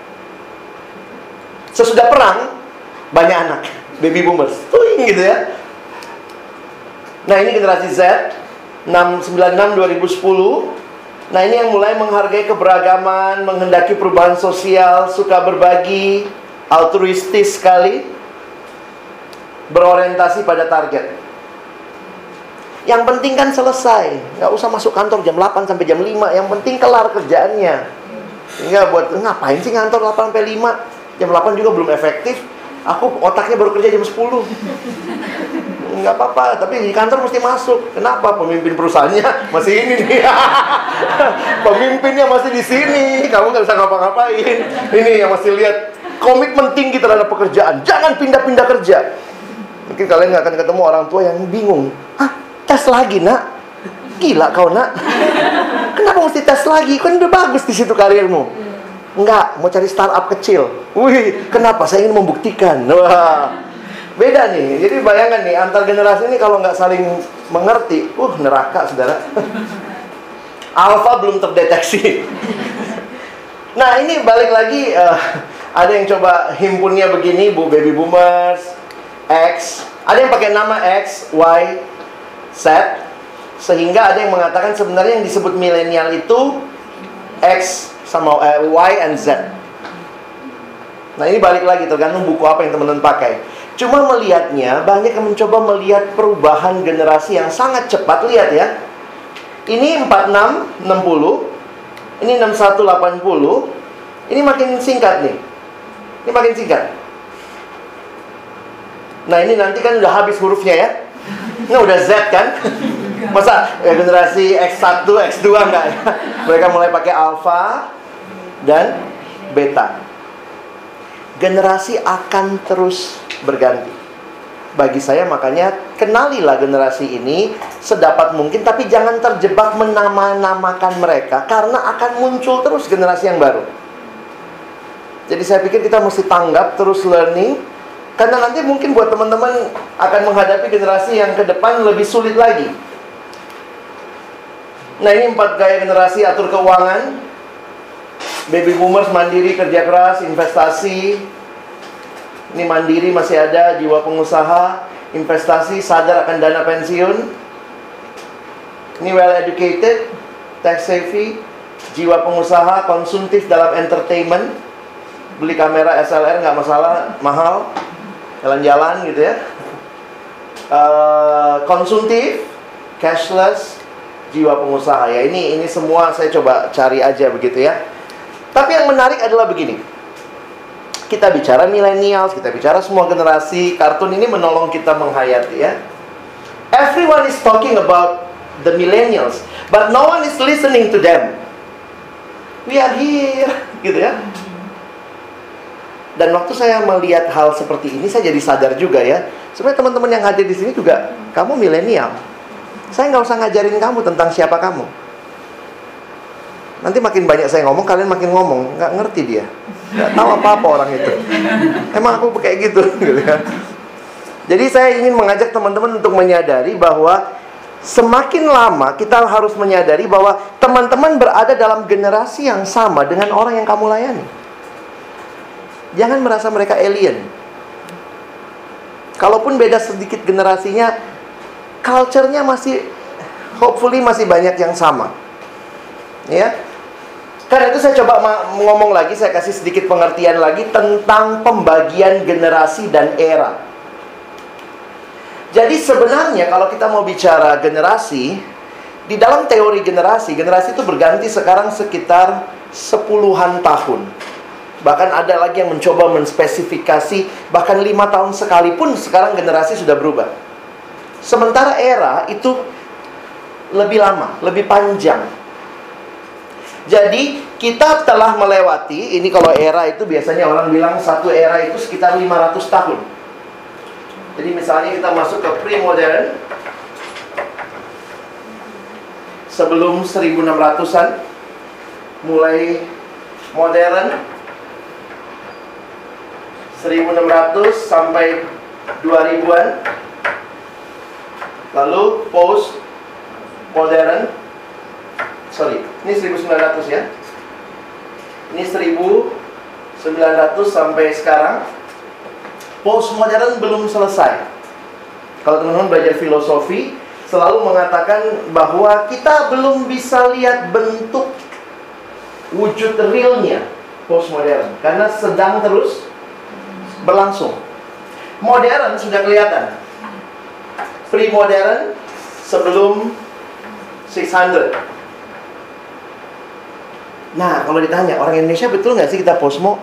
Sesudah perang banyak anak, baby boomers, tuing gitu ya. Nah ini generasi Z 696 2010. Nah ini yang mulai menghargai keberagaman, menghendaki perubahan sosial, suka berbagi, altruistis sekali, berorientasi pada target. Yang penting kan selesai, nggak usah masuk kantor jam 8 sampai jam 5. Yang penting kelar kerjaannya. Enggak buat ngapain sih ngantor 8 sampai 5? Jam 8 juga belum efektif. Aku otaknya baru kerja jam 10. Nggak apa-apa, tapi di kantor mesti masuk. Kenapa? Pemimpin perusahaannya masih ini nih. Pemimpinnya masih di sini. Kamu nggak bisa ngapa-ngapain. Ini yang masih lihat komitmen tinggi terhadap pekerjaan. Jangan pindah-pindah kerja. Mungkin kalian nggak akan ketemu orang tua yang bingung. Tes lagi nak? Gila kau nak. Kenapa mesti tes lagi? Kan udah bagus di situ karirmu. Enggak, mau cari startup kecil. Wih, kenapa? Saya ingin membuktikan. Wah, beda nih. Jadi bayangkan nih, antar generasi ini kalau nggak saling mengerti, neraka saudara. Alpha belum terdeteksi. Nah ini balik lagi, ada yang coba himpunnya begini, Bu, baby boomers, X. Ada yang pakai nama X, Y, Z. Sehingga ada yang mengatakan sebenarnya yang disebut milenial itu X sama Y and Z. Nah ini balik lagi, tergantung buku apa yang teman-teman pakai. Cuma melihatnya, banyak yang mencoba melihat perubahan generasi yang sangat cepat. Lihat ya, ini 46, 60. Ini 61, 80. Ini makin singkat nih. Ini makin singkat. Nah ini nanti kan udah habis hurufnya ya. Ini udah Z kan. Masa generasi X1, X2 enggak ya? Mereka mulai pakai alpha dan beta. Generasi akan terus berganti. Bagi saya makanya kenalilah generasi ini sedapat mungkin, tapi jangan terjebak menama-namakan mereka, karena akan muncul terus generasi yang baru. Jadi saya pikir kita mesti tanggap, terus learning, karena nanti mungkin buat teman-teman akan menghadapi generasi yang ke depan lebih sulit lagi. Nah ini 4 gaya generasi atur keuangan. Baby boomers mandiri, kerja keras, investasi. Ini mandiri masih ada, jiwa pengusaha, investasi, sadar akan dana pensiun. Ini well educated, tax savvy, jiwa pengusaha, konsumtif dalam entertainment. Beli kamera SLR nggak masalah, mahal, jalan-jalan gitu ya. Konsumtif, cashless, jiwa pengusaha ya. Ini semua saya coba cari aja begitu ya. Tapi yang menarik adalah begini. Kita bicara millennials, kita bicara semua generasi. Kartun ini menolong kita menghayati ya. Everyone is talking about the millennials, but no one is listening to them. We are here, gitu ya. Dan waktu saya melihat hal seperti ini, saya jadi sadar juga ya. Sebenarnya teman-teman yang hadir di sini juga, kamu milenial. Saya nggak usah ngajarin kamu tentang siapa kamu. Nanti makin banyak saya ngomong, kalian makin ngomong. Nggak ngerti dia, nggak tahu apa-apa orang itu. Emang aku kayak gitu, gitu ya. Jadi saya ingin mengajak teman-teman untuk menyadari bahwa semakin lama kita harus menyadari bahwa teman-teman berada dalam generasi yang sama dengan orang yang kamu layani. Jangan merasa mereka alien. Kalaupun beda sedikit generasinya, culture-nya masih, hopefully masih banyak yang sama. Ya. Karena itu saya coba ngomong lagi, saya kasih sedikit pengertian lagi tentang pembagian generasi dan era. Jadi sebenarnya kalau kita mau bicara generasi, di dalam teori generasi itu berganti sekarang sekitar 10-an tahun. Bahkan ada lagi yang mencoba menspesifikasi, bahkan 5 tahun sekalipun sekarang generasi sudah berubah. Sementara era itu lebih lama, lebih panjang. Jadi kita telah melewati, ini kalau era itu biasanya orang bilang satu era itu sekitar 500 tahun. Jadi misalnya kita masuk ke pre-modern, sebelum 1600-an, mulai modern, 1600 sampai 2000-an, lalu post-modern. Sorry, ini 1900 ya. Ini 1900 sampai sekarang. Postmodern belum selesai. Kalau teman-teman belajar filosofi, selalu mengatakan bahwa kita belum bisa lihat bentuk wujud realnya postmodern, karena sedang terus berlangsung. Modern sudah kelihatan. Pre-modern sebelum 600. Nah, kalau ditanya, orang Indonesia betul nggak sih kita posmo?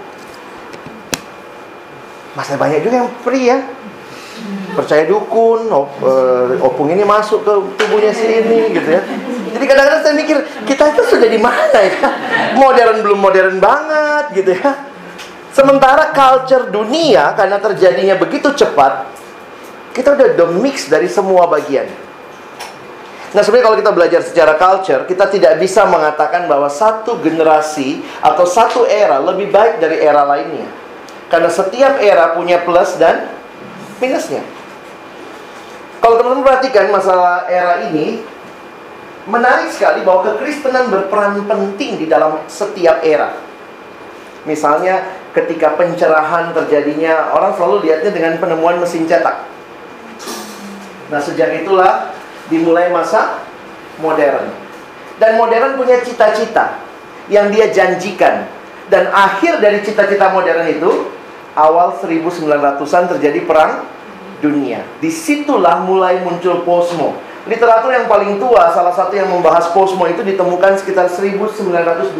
Masih banyak juga yang free ya. Percaya dukun, opung ini masuk ke tubuhnya si ini gitu ya. Jadi kadang-kadang saya mikir, kita itu sudah di mana ya? Modern belum modern banget gitu ya. Sementara culture dunia, karena terjadinya begitu cepat, kita udah mix dari semua bagian. Nah, sebenarnya kalau kita belajar secara culture, kita tidak bisa mengatakan bahwa satu generasi atau satu era lebih baik dari era lainnya. Karena setiap era punya plus dan minusnya. Kalau teman-teman perhatikan masalah era ini, menarik sekali bahwa kekristenan berperan penting di dalam setiap era. Misalnya ketika pencerahan terjadinya, orang selalu lihatnya dengan penemuan mesin cetak. Nah, sejak itulah dimulai masa modern. Dan modern punya cita-cita yang dia janjikan. Dan akhir dari cita-cita modern itu, awal 1900-an terjadi perang dunia. Disitulah mulai muncul posmo. Literatur yang paling tua, salah satu yang membahas posmo itu ditemukan sekitar 1928.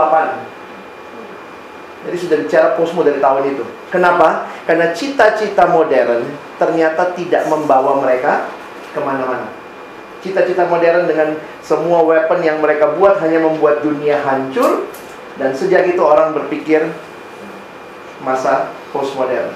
Jadi sudah bicara posmo dari tahun itu. Kenapa? Karena cita-cita modern ternyata tidak membawa mereka kemana-mana. Cita-cita modern dengan semua weapon yang mereka buat hanya membuat dunia hancur. Dan sejak itu orang berpikir masa postmodern.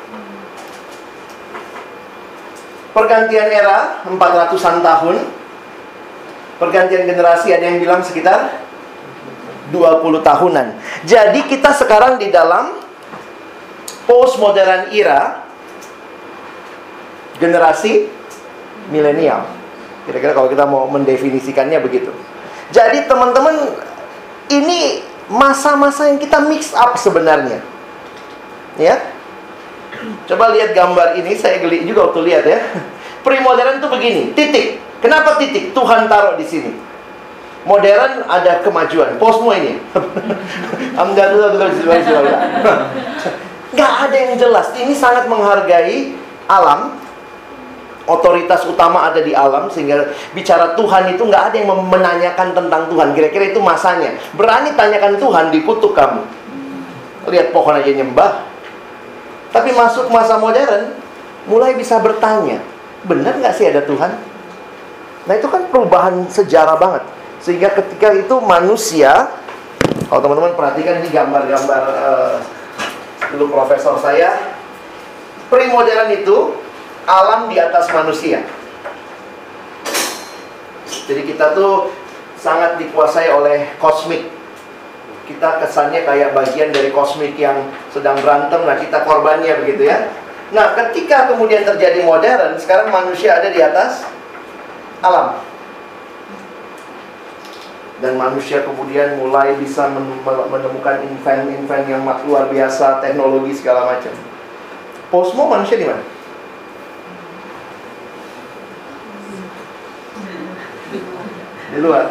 Pergantian era 400-an tahun. Pergantian generasi ada yang bilang sekitar 20 tahunan. Jadi kita sekarang di dalam postmodern era, generasi milenial. Kira-kira kalau kita mau mendefinisikannya begitu. Jadi teman-teman, ini masa-masa yang kita mix up sebenarnya. Ya. Coba lihat gambar ini, saya geli juga waktu lihat ya. Premodern itu begini, titik. Kenapa titik? Tuhan taruh di sini. Modern ada kemajuan. Postmo ini. Nggak ada yang jelas. Ini sangat menghargai alam. Otoritas utama ada di alam, sehingga bicara Tuhan itu nggak ada yang menanyakan tentang Tuhan. Kira-kira itu masanya. Berani tanyakan Tuhan, dikutuk kamu. Lihat pohon aja nyembah. Tapi masuk masa modern, mulai bisa bertanya, benar nggak sih ada Tuhan? Nah, itu kan perubahan sejarah banget. Sehingga ketika itu manusia, kalau teman-teman perhatikan ini gambar-gambar dulu profesor saya, premodern itu alam di atas manusia. Jadi kita tuh sangat dikuasai oleh kosmik. Kita kesannya kayak bagian dari kosmik yang sedang berantem. Nah, kita korbannya begitu ya. Nah, ketika kemudian terjadi modern, sekarang manusia ada di atas alam. Dan manusia kemudian mulai bisa menemukan invent-invent yang luar biasa, teknologi segala macam. Posmo manusia di mana? Di luar.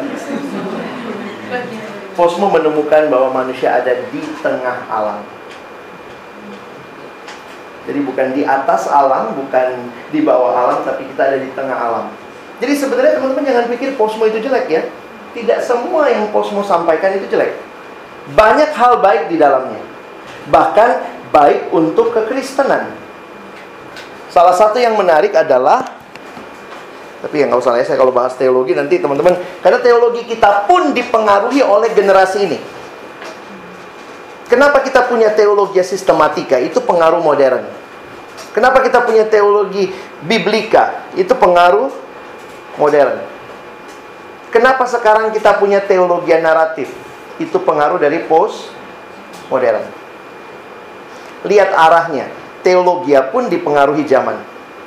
Posmo menemukan bahwa manusia ada di tengah alam. Jadi bukan di atas alam, bukan di bawah alam, tapi kita ada di tengah alam. Jadi sebenarnya teman-teman jangan pikir Posmo itu jelek ya. Tidak semua yang Posmo sampaikan itu jelek. Banyak hal baik di dalamnya. Bahkan baik untuk kekristenan. Salah satu yang menarik adalah, tapi ya nggak usah ya, saya kalau bahas teologi nanti teman-teman, karena teologi kita pun dipengaruhi oleh generasi ini. Kenapa kita punya teologi sistematika? Itu pengaruh modern. Kenapa kita punya teologi biblika? Itu pengaruh modern. Kenapa sekarang kita punya teologi naratif? Itu pengaruh dari post modern. Lihat arahnya. Teologi pun dipengaruhi zaman.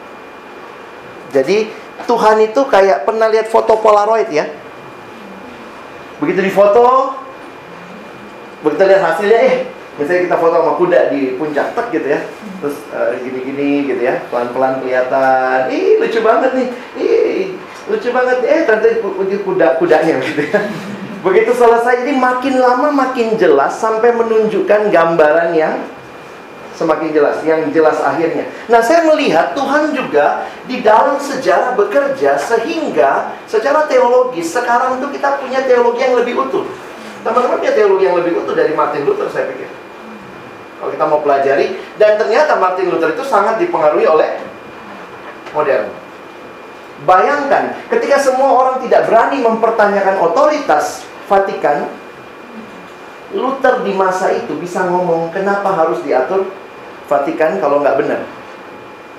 Jadi Tuhan itu kayak pernah lihat foto Polaroid ya. Begitu difoto, begitu lihat hasilnya, misalnya kita foto sama kuda di puncak tek gitu ya. Terus gini-gini gitu ya, pelan-pelan kelihatan. Ih, lucu banget nih. Ih, lucu banget. Ternyata kudanya gitu ya. Begitu selesai, jadi makin lama makin jelas sampai menunjukkan gambaran yang semakin jelas, yang jelas akhirnya. Nah, saya melihat Tuhan juga di dalam sejarah bekerja sehingga secara teologis sekarang itu kita punya teologi yang lebih utuh. Teman-teman punya teologi yang lebih utuh dari Martin Luther, saya pikir. Kalau kita mau pelajari, dan ternyata Martin Luther itu sangat dipengaruhi oleh modern. Bayangkan, ketika semua orang tidak berani mempertanyakan otoritas Vatikan, Luther di masa itu bisa ngomong, kenapa harus diatur Vatikan kalau nggak benar?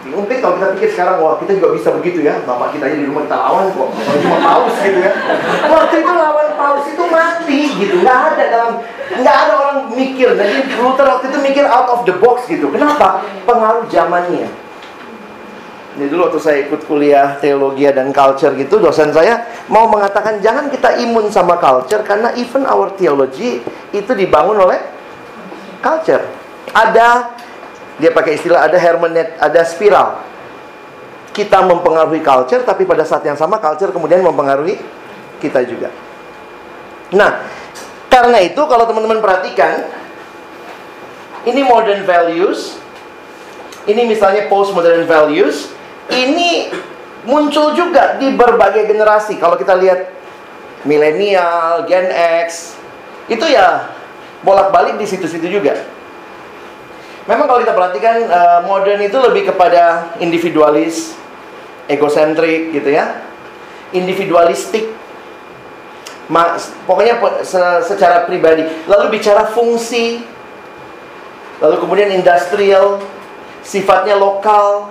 Mungkin kalau kita pikir sekarang, wah kita juga bisa begitu ya, bapak kita aja di rumah kita lawan kok, kalau cuma Paus gitu ya. Waktu itu lawan Paus itu mati gitu, nggak ada orang mikir. Jadi Luther waktu itu mikir out of the box gitu. Kenapa? Pengaruh zamannya. Jadi dulu waktu saya ikut kuliah teologi dan culture gitu, dosen saya mau mengatakan jangan kita imun sama culture, karena even our theology itu dibangun oleh culture. Dia pakai istilah ada hermeneutik, ada spiral. Kita mempengaruhi culture, tapi pada saat yang sama culture kemudian mempengaruhi kita juga. Nah, karena itu kalau teman-teman perhatikan, ini modern values, ini misalnya postmodern values, ini muncul juga di berbagai generasi. Kalau kita lihat milenial, Gen X, itu ya bolak-balik di situ-situ juga. Memang kalau kita perhatikan, modern itu lebih kepada individualis, egosentrik gitu ya, individualistik, pokoknya secara pribadi. Lalu bicara fungsi, lalu kemudian industrial, sifatnya lokal,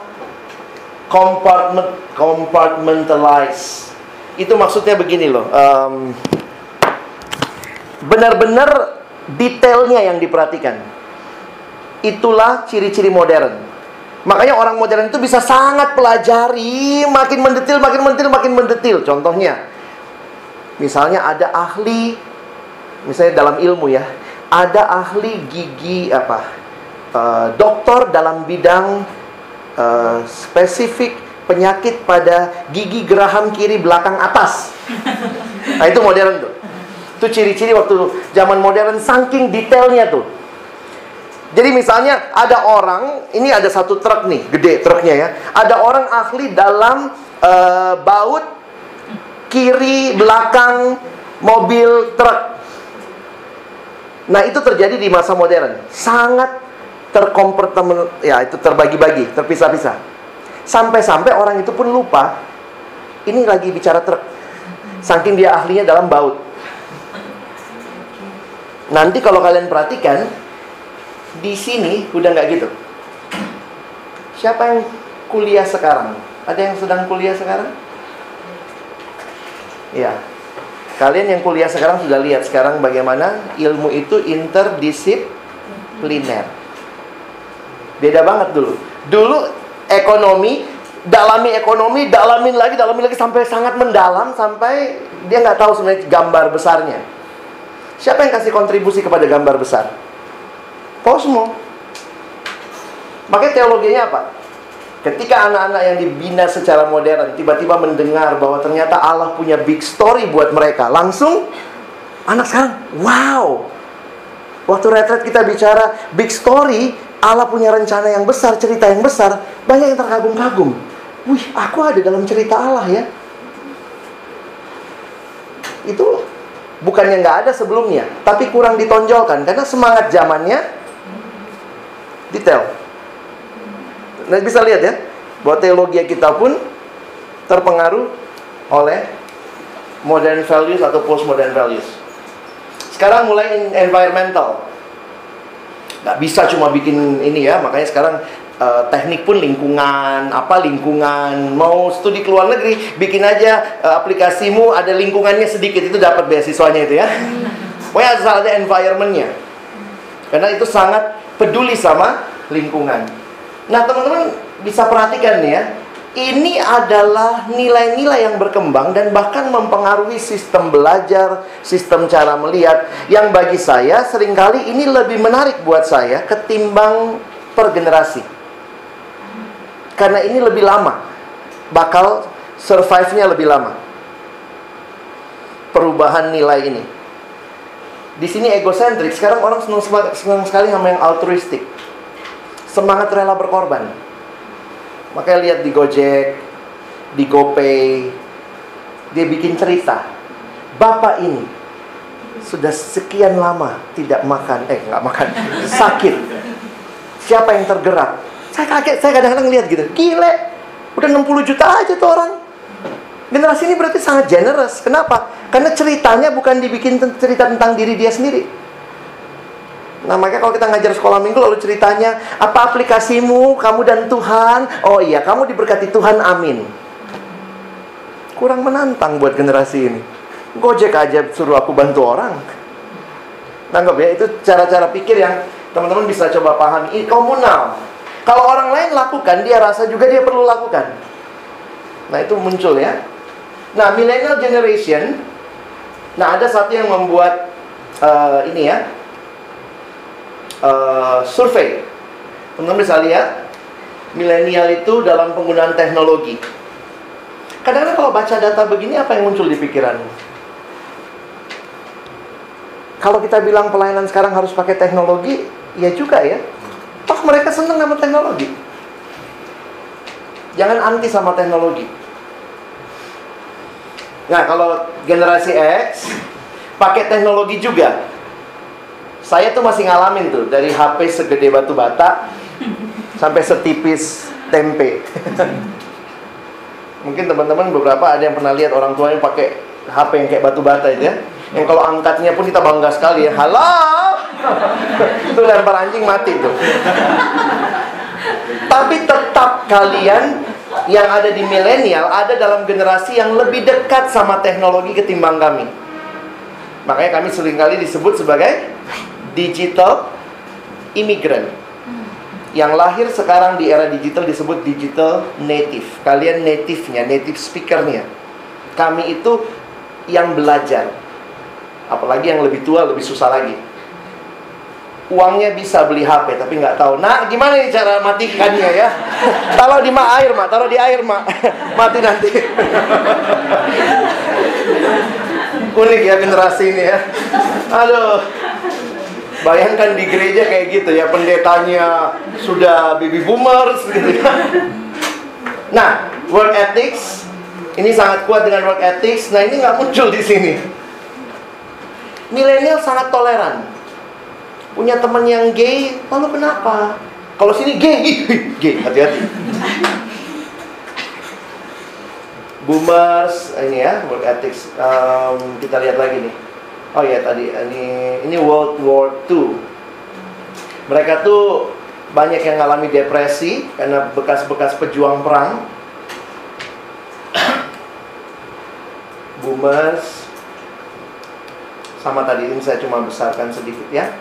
compartmentalize. Itu maksudnya begini loh, benar-benar detailnya yang diperhatikan. Itulah ciri-ciri modern. Makanya orang modern itu bisa sangat pelajari, makin mendetil. Contohnya, misalnya ada ahli, misalnya dalam ilmu ya, ada ahli gigi dokter dalam bidang spesifik penyakit pada gigi geraham kiri belakang atas. Nah itu modern tuh. Itu ciri-ciri waktu zaman modern, saking detailnya tuh. Jadi misalnya ada orang, ini ada satu truk nih, gede truknya ya. Ada orang ahli dalam baut kiri belakang mobil truk. Nah itu terjadi di masa modern. Sangat ya itu terbagi-bagi, terpisah-pisah. Sampai-sampai orang itu pun lupa, ini lagi bicara truk. Saking dia ahlinya dalam baut. Nanti kalau kalian perhatikan, di sini udah nggak gitu. Siapa yang kuliah sekarang? Ada yang sedang kuliah sekarang? Ya. Kalian yang kuliah sekarang sudah lihat sekarang bagaimana ilmu itu interdisipliner. Beda banget dulu. Dulu ekonomi, dalamin lagi sampai sangat mendalam, sampai dia nggak tahu sebenarnya gambar besarnya. Siapa yang kasih kontribusi kepada gambar besar? Posmo. Makanya teologinya apa? Ketika anak-anak yang dibina secara modern tiba-tiba mendengar bahwa ternyata Allah punya big story buat mereka, langsung anak sekarang, wow. Waktu retret kita bicara big story, Allah punya rencana yang besar, cerita yang besar, banyak yang terkagum-kagum. Wih, aku ada dalam cerita Allah ya. Itu bukannya nggak ada sebelumnya, tapi kurang ditonjolkan karena semangat zamannya detail. Nah, bisa lihat ya, bahwa teologi kita pun terpengaruh oleh modern values atau postmodern values. Sekarang mulai environmental. Nggak bisa cuma bikin ini ya, makanya sekarang teknik pun lingkungan, mau studi ke luar negeri, bikin aja aplikasimu ada lingkungannya sedikit, itu dapat beasiswanya itu ya. Pokoknya harus ada environmentnya, karena itu sangat peduli sama lingkungan. Nah teman-teman bisa perhatikan nih ya, ini adalah nilai-nilai yang berkembang dan bahkan mempengaruhi sistem belajar, sistem cara melihat, yang bagi saya seringkali ini lebih menarik buat saya ketimbang per generasi. Karena ini lebih lama, bakal survive-nya lebih lama. Perubahan nilai ini. Di sini egosentrik, sekarang orang senang sekali sama yang altruistik. Semangat rela berkorban. Makanya lihat di Gojek, di GoPay, dia bikin cerita. Bapak ini sudah sekian lama tidak makan, sakit. Siapa yang tergerak? Saya kaget, saya kadang-kadang lihat gitu. Gile, udah 60 juta aja tuh orang. Generasi ini berarti sangat generous. Kenapa? Karena ceritanya bukan dibikin cerita tentang diri dia sendiri. Nah, makanya kalau kita ngajar sekolah minggu lalu ceritanya, apa aplikasimu, kamu dan Tuhan? Oh iya, kamu diberkati Tuhan, amin. Kurang menantang buat generasi ini. Gojek aja suruh aku bantu orang. Nangkep ya, itu cara-cara pikir yang teman-teman bisa coba pahami. Ini komunal. Kalau orang lain lakukan, dia rasa juga dia perlu lakukan. Nah, itu muncul ya. Nah, millennial generation. Nah, ada satu yang membuat ini ya, survei. Teman-teman bisa lihat, milenial itu dalam penggunaan teknologi. Kadang-kadang kalau baca data begini, apa yang muncul di pikiranmu? Kalau kita bilang pelayanan sekarang harus pakai teknologi, ya juga ya. Toh mereka senang sama teknologi. Jangan anti sama teknologi. Nah, kalau generasi X pakai teknologi juga. Saya tuh masih ngalamin tuh, dari HP segede batu bata sampai setipis tempe. Mungkin teman-teman beberapa ada yang pernah lihat orang tuanya pakai HP yang kayak batu bata itu ya. Yang kalau angkatnya pun kita bangga sekali ya. Halo! Itu lempar anjing mati tuh. Tapi tetap kalian yang ada di milenial ada dalam generasi yang lebih dekat sama teknologi ketimbang kami. Makanya kami seringkali disebut sebagai digital immigrant. Yang lahir sekarang di era digital disebut digital native. Kalian native-nya, native speaker-nya. Kami itu yang belajar. Apalagi yang lebih tua, lebih susah lagi. Uangnya bisa beli HP, tapi nggak tahu. Nah, gimana nih cara matikannya ya? Taruh di air, Mak. Taruh di air, Mak. Mati nanti. Unik ya generasi ini ya. Aduh. Bayangkan di gereja kayak gitu ya, pendetanya sudah baby boomers gitu ya. Nah, work ethics ini sangat kuat dengan work ethics. Nah, ini nggak muncul di sini. Milenial sangat toleran. Punya teman yang gay, lalu kenapa? Kalau sini gay, gay, hati-hati. Boomers, ini ya, work ethics. Kita lihat lagi nih. Oh ya, tadi ini World War II. Mereka tuh banyak yang ngalami depresi karena bekas-bekas pejuang perang. Boomers. Sama tadi, ini saya cuma besarkan sedikit ya.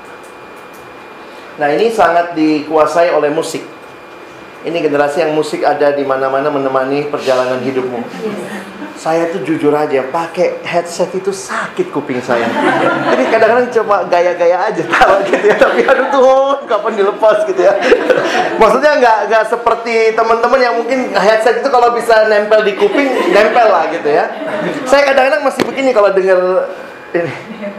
Nah, ini sangat dikuasai oleh musik. Ini generasi yang musik ada di mana-mana menemani perjalanan hidupmu. Saya tuh jujur aja, pakai headset itu sakit kuping saya. Jadi kadang-kadang cuma gaya-gaya aja taruh gitu ya. Tapi aduh Tuhan, kapan dilepas gitu ya. Maksudnya nggak seperti teman-teman yang mungkin headset itu kalau bisa nempel di kuping, nempel lah gitu ya. Saya kadang-kadang masih begini kalau denger ini.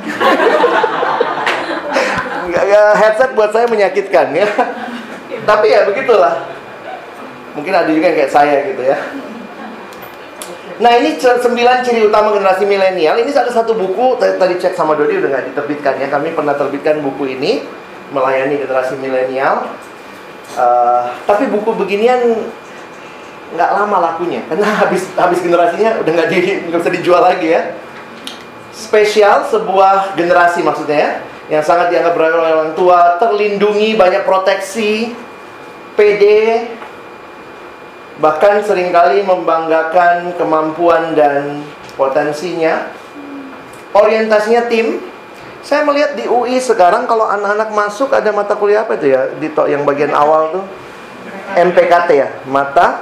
Headset buat saya menyakitkan ya. Tapi ya begitulah. Mungkin ada juga yang kayak saya gitu ya. Nah, ini 9 ciri utama generasi milenial. Ini ada satu buku, tadi cek sama Dodi udah nggak diterbitkan ya. Kami pernah terbitkan buku ini, melayani generasi milenial. Tapi buku beginian nggak lama lakunya, karena habis generasinya udah nggak bisa dijual lagi ya. Spesial sebuah generasi maksudnya ya, yang sangat dianggap beragam oleh orang tua, terlindungi, banyak proteksi, pede, bahkan seringkali membanggakan kemampuan dan potensinya. Orientasinya tim. Saya melihat di UI sekarang kalau anak-anak masuk ada mata kuliah apa itu ya, di yang bagian awal tuh MPKT ya, mata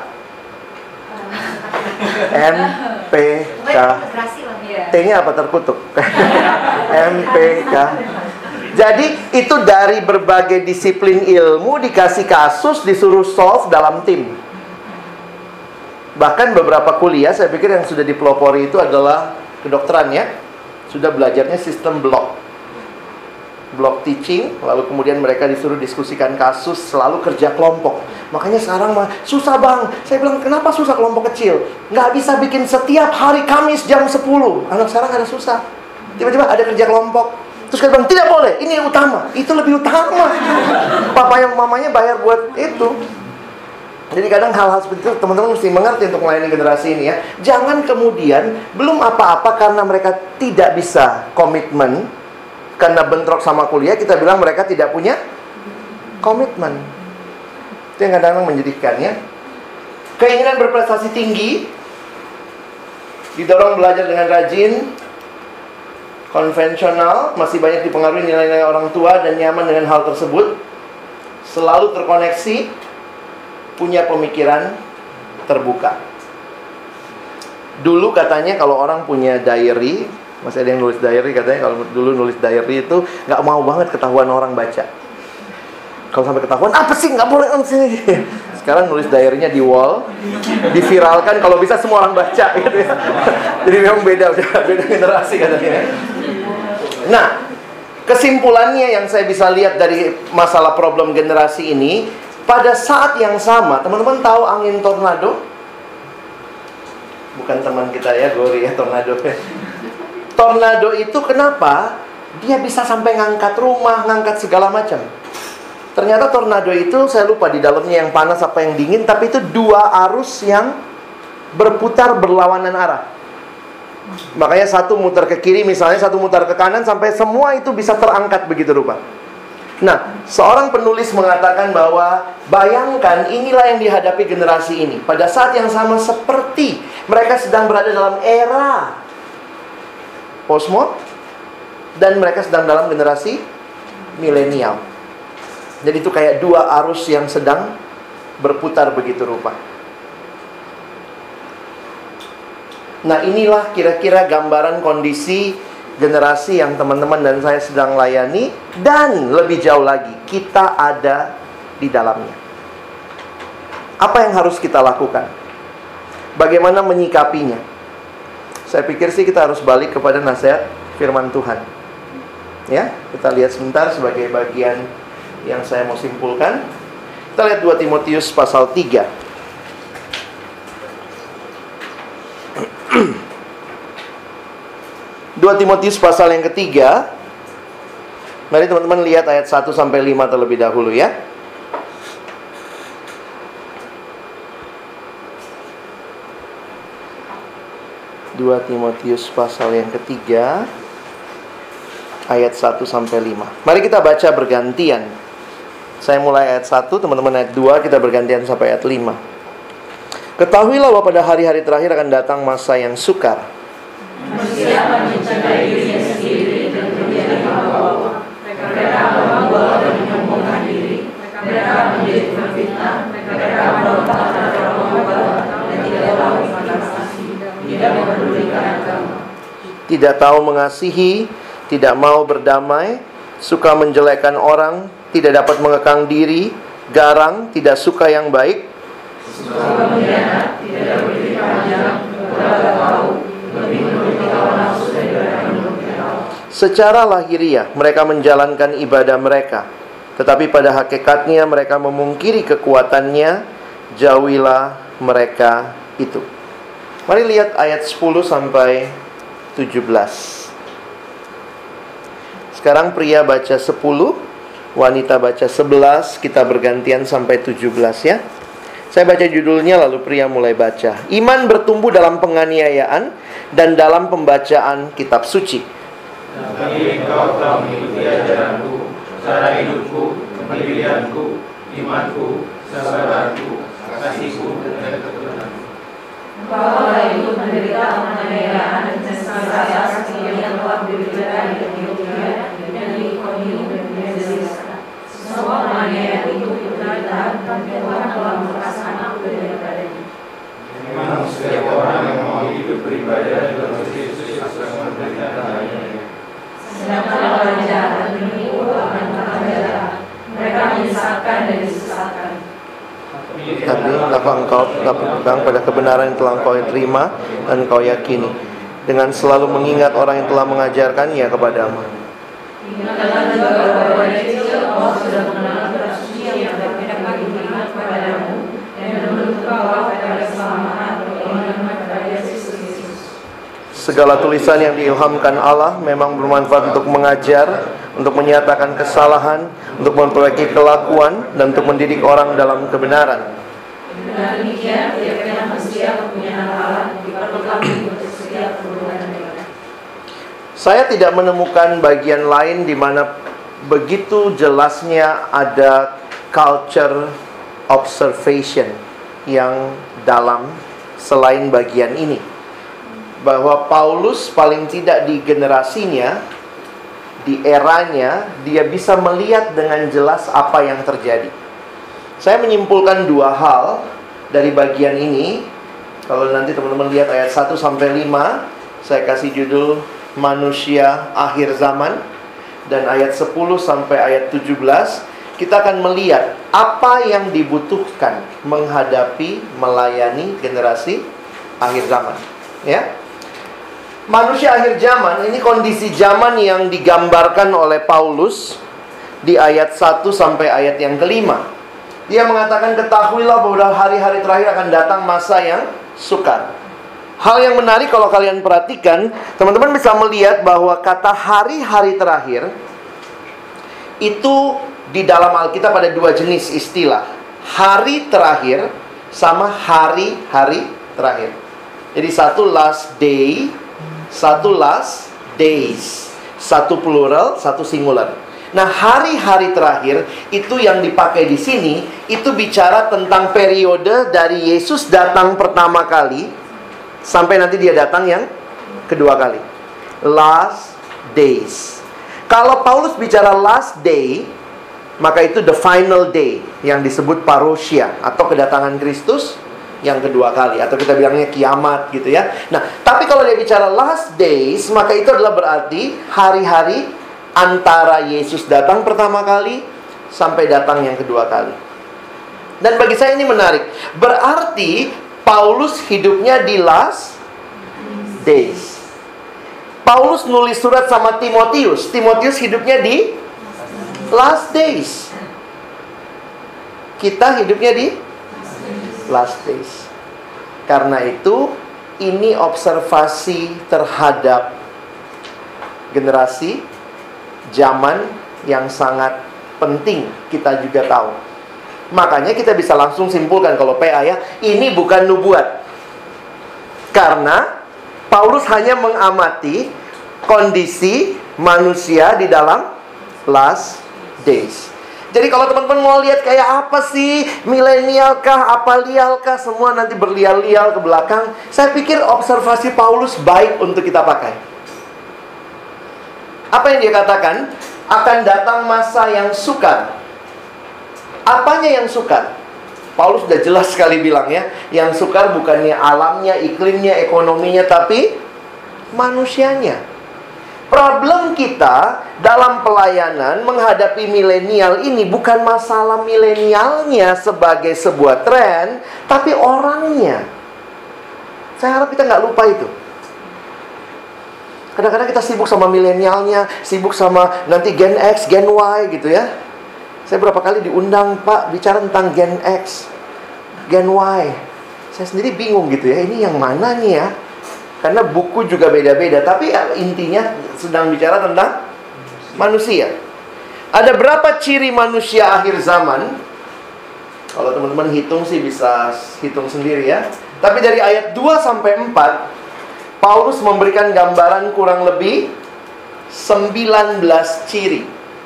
MPK. T-nya apa terkutuk? MPK. Jadi itu dari berbagai disiplin ilmu dikasih kasus, disuruh solve dalam tim. Bahkan beberapa kuliah saya pikir yang sudah dipelopori itu adalah kedokteran ya. Sudah belajarnya sistem block teaching, lalu kemudian mereka disuruh diskusikan kasus, selalu kerja kelompok. Makanya sekarang mah susah bang. Saya bilang kenapa susah kelompok kecil? Nggak bisa bikin setiap hari Kamis jam 10. Anak sekarang ada susah. Tiba-tiba ada kerja kelompok. Terus saya bilang tidak boleh, ini yang utama. Itu lebih utama. Papanya mamanya bayar buat itu. Jadi kadang hal-hal seperti itu teman-teman mesti mengerti untuk melayani generasi ini ya. Jangan kemudian belum apa-apa karena mereka tidak bisa komitmen, karena bentrok sama kuliah, kita bilang mereka tidak punya komitmen. Itu yang kadang-kadang menyedihkan ya. Keinginan berprestasi tinggi, didorong belajar dengan rajin, konvensional, masih banyak dipengaruhi nilai-nilai orang tua dan nyaman dengan hal tersebut. Selalu terkoneksi, punya pemikiran terbuka. Dulu katanya kalau orang punya diary, masih ada yang nulis diary, katanya kalau dulu nulis diary itu nggak mau banget ketahuan orang baca. Kalau sampai ketahuan, apa sih nggak boleh sini. Sekarang nulis diary-nya di wall, diviralkan, kalau bisa semua orang baca gitu ya. Jadi memang beda generasi katanya. Nah, kesimpulannya yang saya bisa lihat dari masalah problem generasi ini, pada saat yang sama, teman-teman tahu angin tornado? Bukan teman kita ya, Gori ya, tornado. Tornado itu kenapa? Dia bisa sampai ngangkat rumah, ngangkat segala macam. Ternyata tornado itu, saya lupa di dalamnya yang panas apa yang dingin, tapi itu dua arus yang berputar berlawanan arah. Makanya satu muter ke kiri misalnya, satu muter ke kanan, sampai semua itu bisa terangkat begitu rupa. Nah, seorang penulis mengatakan bahwa bayangkan inilah yang dihadapi generasi ini. Pada saat yang sama seperti mereka sedang berada dalam era postmodern dan mereka sedang dalam generasi milenial. Jadi itu kayak dua arus yang sedang berputar begitu rupa. Nah, inilah kira-kira gambaran kondisi generasi yang teman-teman dan saya sedang layani. Dan lebih jauh lagi, kita ada di dalamnya. Apa yang harus kita lakukan? Bagaimana menyikapinya? Saya pikir sih kita harus balik kepada nasihat firman Tuhan. Ya, kita lihat sebentar sebagai bagian yang saya mau simpulkan. Kita lihat 2 Timotius pasal 3. 2 Timotius pasal yang ketiga. Mari teman-teman lihat ayat 1 sampai 5 terlebih dahulu ya. Dua Timotius pasal yang ketiga, ayat 1 sampai 5. Mari kita baca bergantian. Saya mulai ayat 1, teman-teman ayat 2, kita bergantian sampai ayat 5. Ketahuilah bahwa pada hari-hari terakhir akan datang masa yang sukar. Manusia akan mencintai dirinya sendiri dan menjadi hawa. Mereka membuat dan menyombongkan diri. Mereka menjadi berfitnah. Mereka berontak terhadap orang tua dan tidak tahu kasih, tidak mempedulikan agama. Tidak tahu mengasihi, tidak mau berdamai, suka menjelekkan orang, tidak dapat mengekang diri, garang, tidak suka yang baik, suka mengkhianat, tidak berdiri panjang, beragak tahu, lebih menuruti hawa nafsu daripada menuruti Allah. Secara lahiriah mereka menjalankan ibadah mereka, tetapi pada hakikatnya mereka memungkiri kekuatannya. Jauhilah mereka itu. Mari lihat ayat 10 sampai 17. Sekarang pria baca 10, wanita baca 11, kita bergantian sampai 17 ya. Saya baca judulnya lalu pria mulai baca. Iman bertumbuh dalam penganiayaan dan dalam pembacaan kitab suci. Tapi engkau telah mengikuti ajaranku, cara hidupku, pendirianku, imanku, kesabaranku, kasihku, dan keturunanku. Engkau telah ikut menderita penganiayaan dan saya seperti yang telah diberitakan di Antiokhia dan di Ikonium dan di Listra. Semua penganiayaan itu benar-benar dan Tuhan telah melepaskan aku daripadanya. Memang setiap orang yang mau hidup beribadah dalam Kristus akan menderita penganiayaan. Sedangkan orang jahat menipu akan menderita. Mereka menyesatkan dan disesatkan. Tapi apa engkau tetap berpegang pada kebenaran yang telah engkau terima dan engkau yakini, dengan selalu mengingat orang yang telah mengajarkannya kepadamu. Ingatlah juga bahwa dari kecil engkau sudah mengenal kitab suci yang tidak beriman kepadamu dan menuntut engkau pada keselamatan beriman kepada Yesus Kristus. Segala tulisan yang diilhamkan Allah memang bermanfaat untuk mengajar, untuk menyatakan kesalahan, untuk memperbaiki kelakuan, dan untuk mendidik orang dalam kebenaran. Dengan demikian, tiap-tiap manusia kepunyaan Allah diperlengkapi untuk setiap perbuatan baik. Saya tidak menemukan bagian lain di mana begitu jelasnya ada culture observation yang dalam selain bagian ini. Bahwa Paulus paling tidak di generasinya, di eranya, dia bisa melihat dengan jelas apa yang terjadi. Saya menyimpulkan dua hal dari bagian ini. Kalau nanti teman-teman lihat ayat 1-5, saya kasih judul Manusia Akhir Zaman. Dan ayat 10 sampai ayat 17, kita akan melihat apa yang dibutuhkan menghadapi, melayani generasi akhir zaman. Ya, manusia akhir zaman, ini kondisi zaman yang digambarkan oleh Paulus di ayat 1 sampai ayat yang kelima. Dia mengatakan, ketahuilah bahwa hari-hari terakhir akan datang masa yang sukar. Hal yang menarik kalau kalian perhatikan, teman-teman bisa melihat bahwa kata hari-hari terakhir itu di dalam Alkitab ada dua jenis istilah. Hari terakhir sama hari-hari terakhir. Jadi satu last day, satu last days. Satu plural, satu singular. Nah, hari-hari terakhir itu yang dipakai di sini, itu bicara tentang periode dari Yesus datang pertama kali sampai nanti dia datang yang kedua kali. Last days. Kalau Paulus bicara last day, maka itu the final day yang disebut parousia atau kedatangan Kristus yang kedua kali, atau kita bilangnya kiamat gitu ya. Nah, tapi kalau dia bicara last days, maka itu adalah berarti hari-hari antara Yesus datang pertama kali sampai datang yang kedua kali. Dan bagi saya ini menarik. Berarti Paulus hidupnya di last days. Paulus nulis surat sama Timotius. Timotius hidupnya di last days. Kita hidupnya di last days. Karena itu, ini observasi terhadap generasi zaman yang sangat penting kita juga tahu. Makanya kita bisa langsung simpulkan kalau PA ya, ini bukan nubuat. Karena Paulus hanya mengamati kondisi manusia di dalam last days. Jadi kalau teman-teman mau lihat kayak apa sih, milenial kah, apalial kah, semua nanti berlial-lial ke belakang, saya pikir observasi Paulus baik untuk kita pakai. Apa yang dia katakan? Akan datang masa yang sukar. Apanya yang sukar? Paulus sudah jelas sekali bilang ya, yang sukar bukannya alamnya, iklimnya, ekonominya, tapi manusianya. Problem kita dalam pelayanan menghadapi milenial ini bukan masalah milenialnya sebagai sebuah tren, tapi orangnya. Saya harap kita nggak lupa itu. Kadang-kadang kita sibuk sama milenialnya, sibuk sama nanti Gen X, Gen Y gitu ya. Saya berapa kali diundang, Pak, bicara tentang Gen X, Gen Y. Saya sendiri bingung gitu ya, ini yang mana nih ya? Karena buku juga beda-beda, tapi intinya sedang bicara tentang manusia. Ada berapa ciri manusia akhir zaman? Kalau teman-teman hitung sih bisa hitung sendiri ya. Tapi dari ayat 2-4, Paulus memberikan gambaran kurang lebih 19 ciri.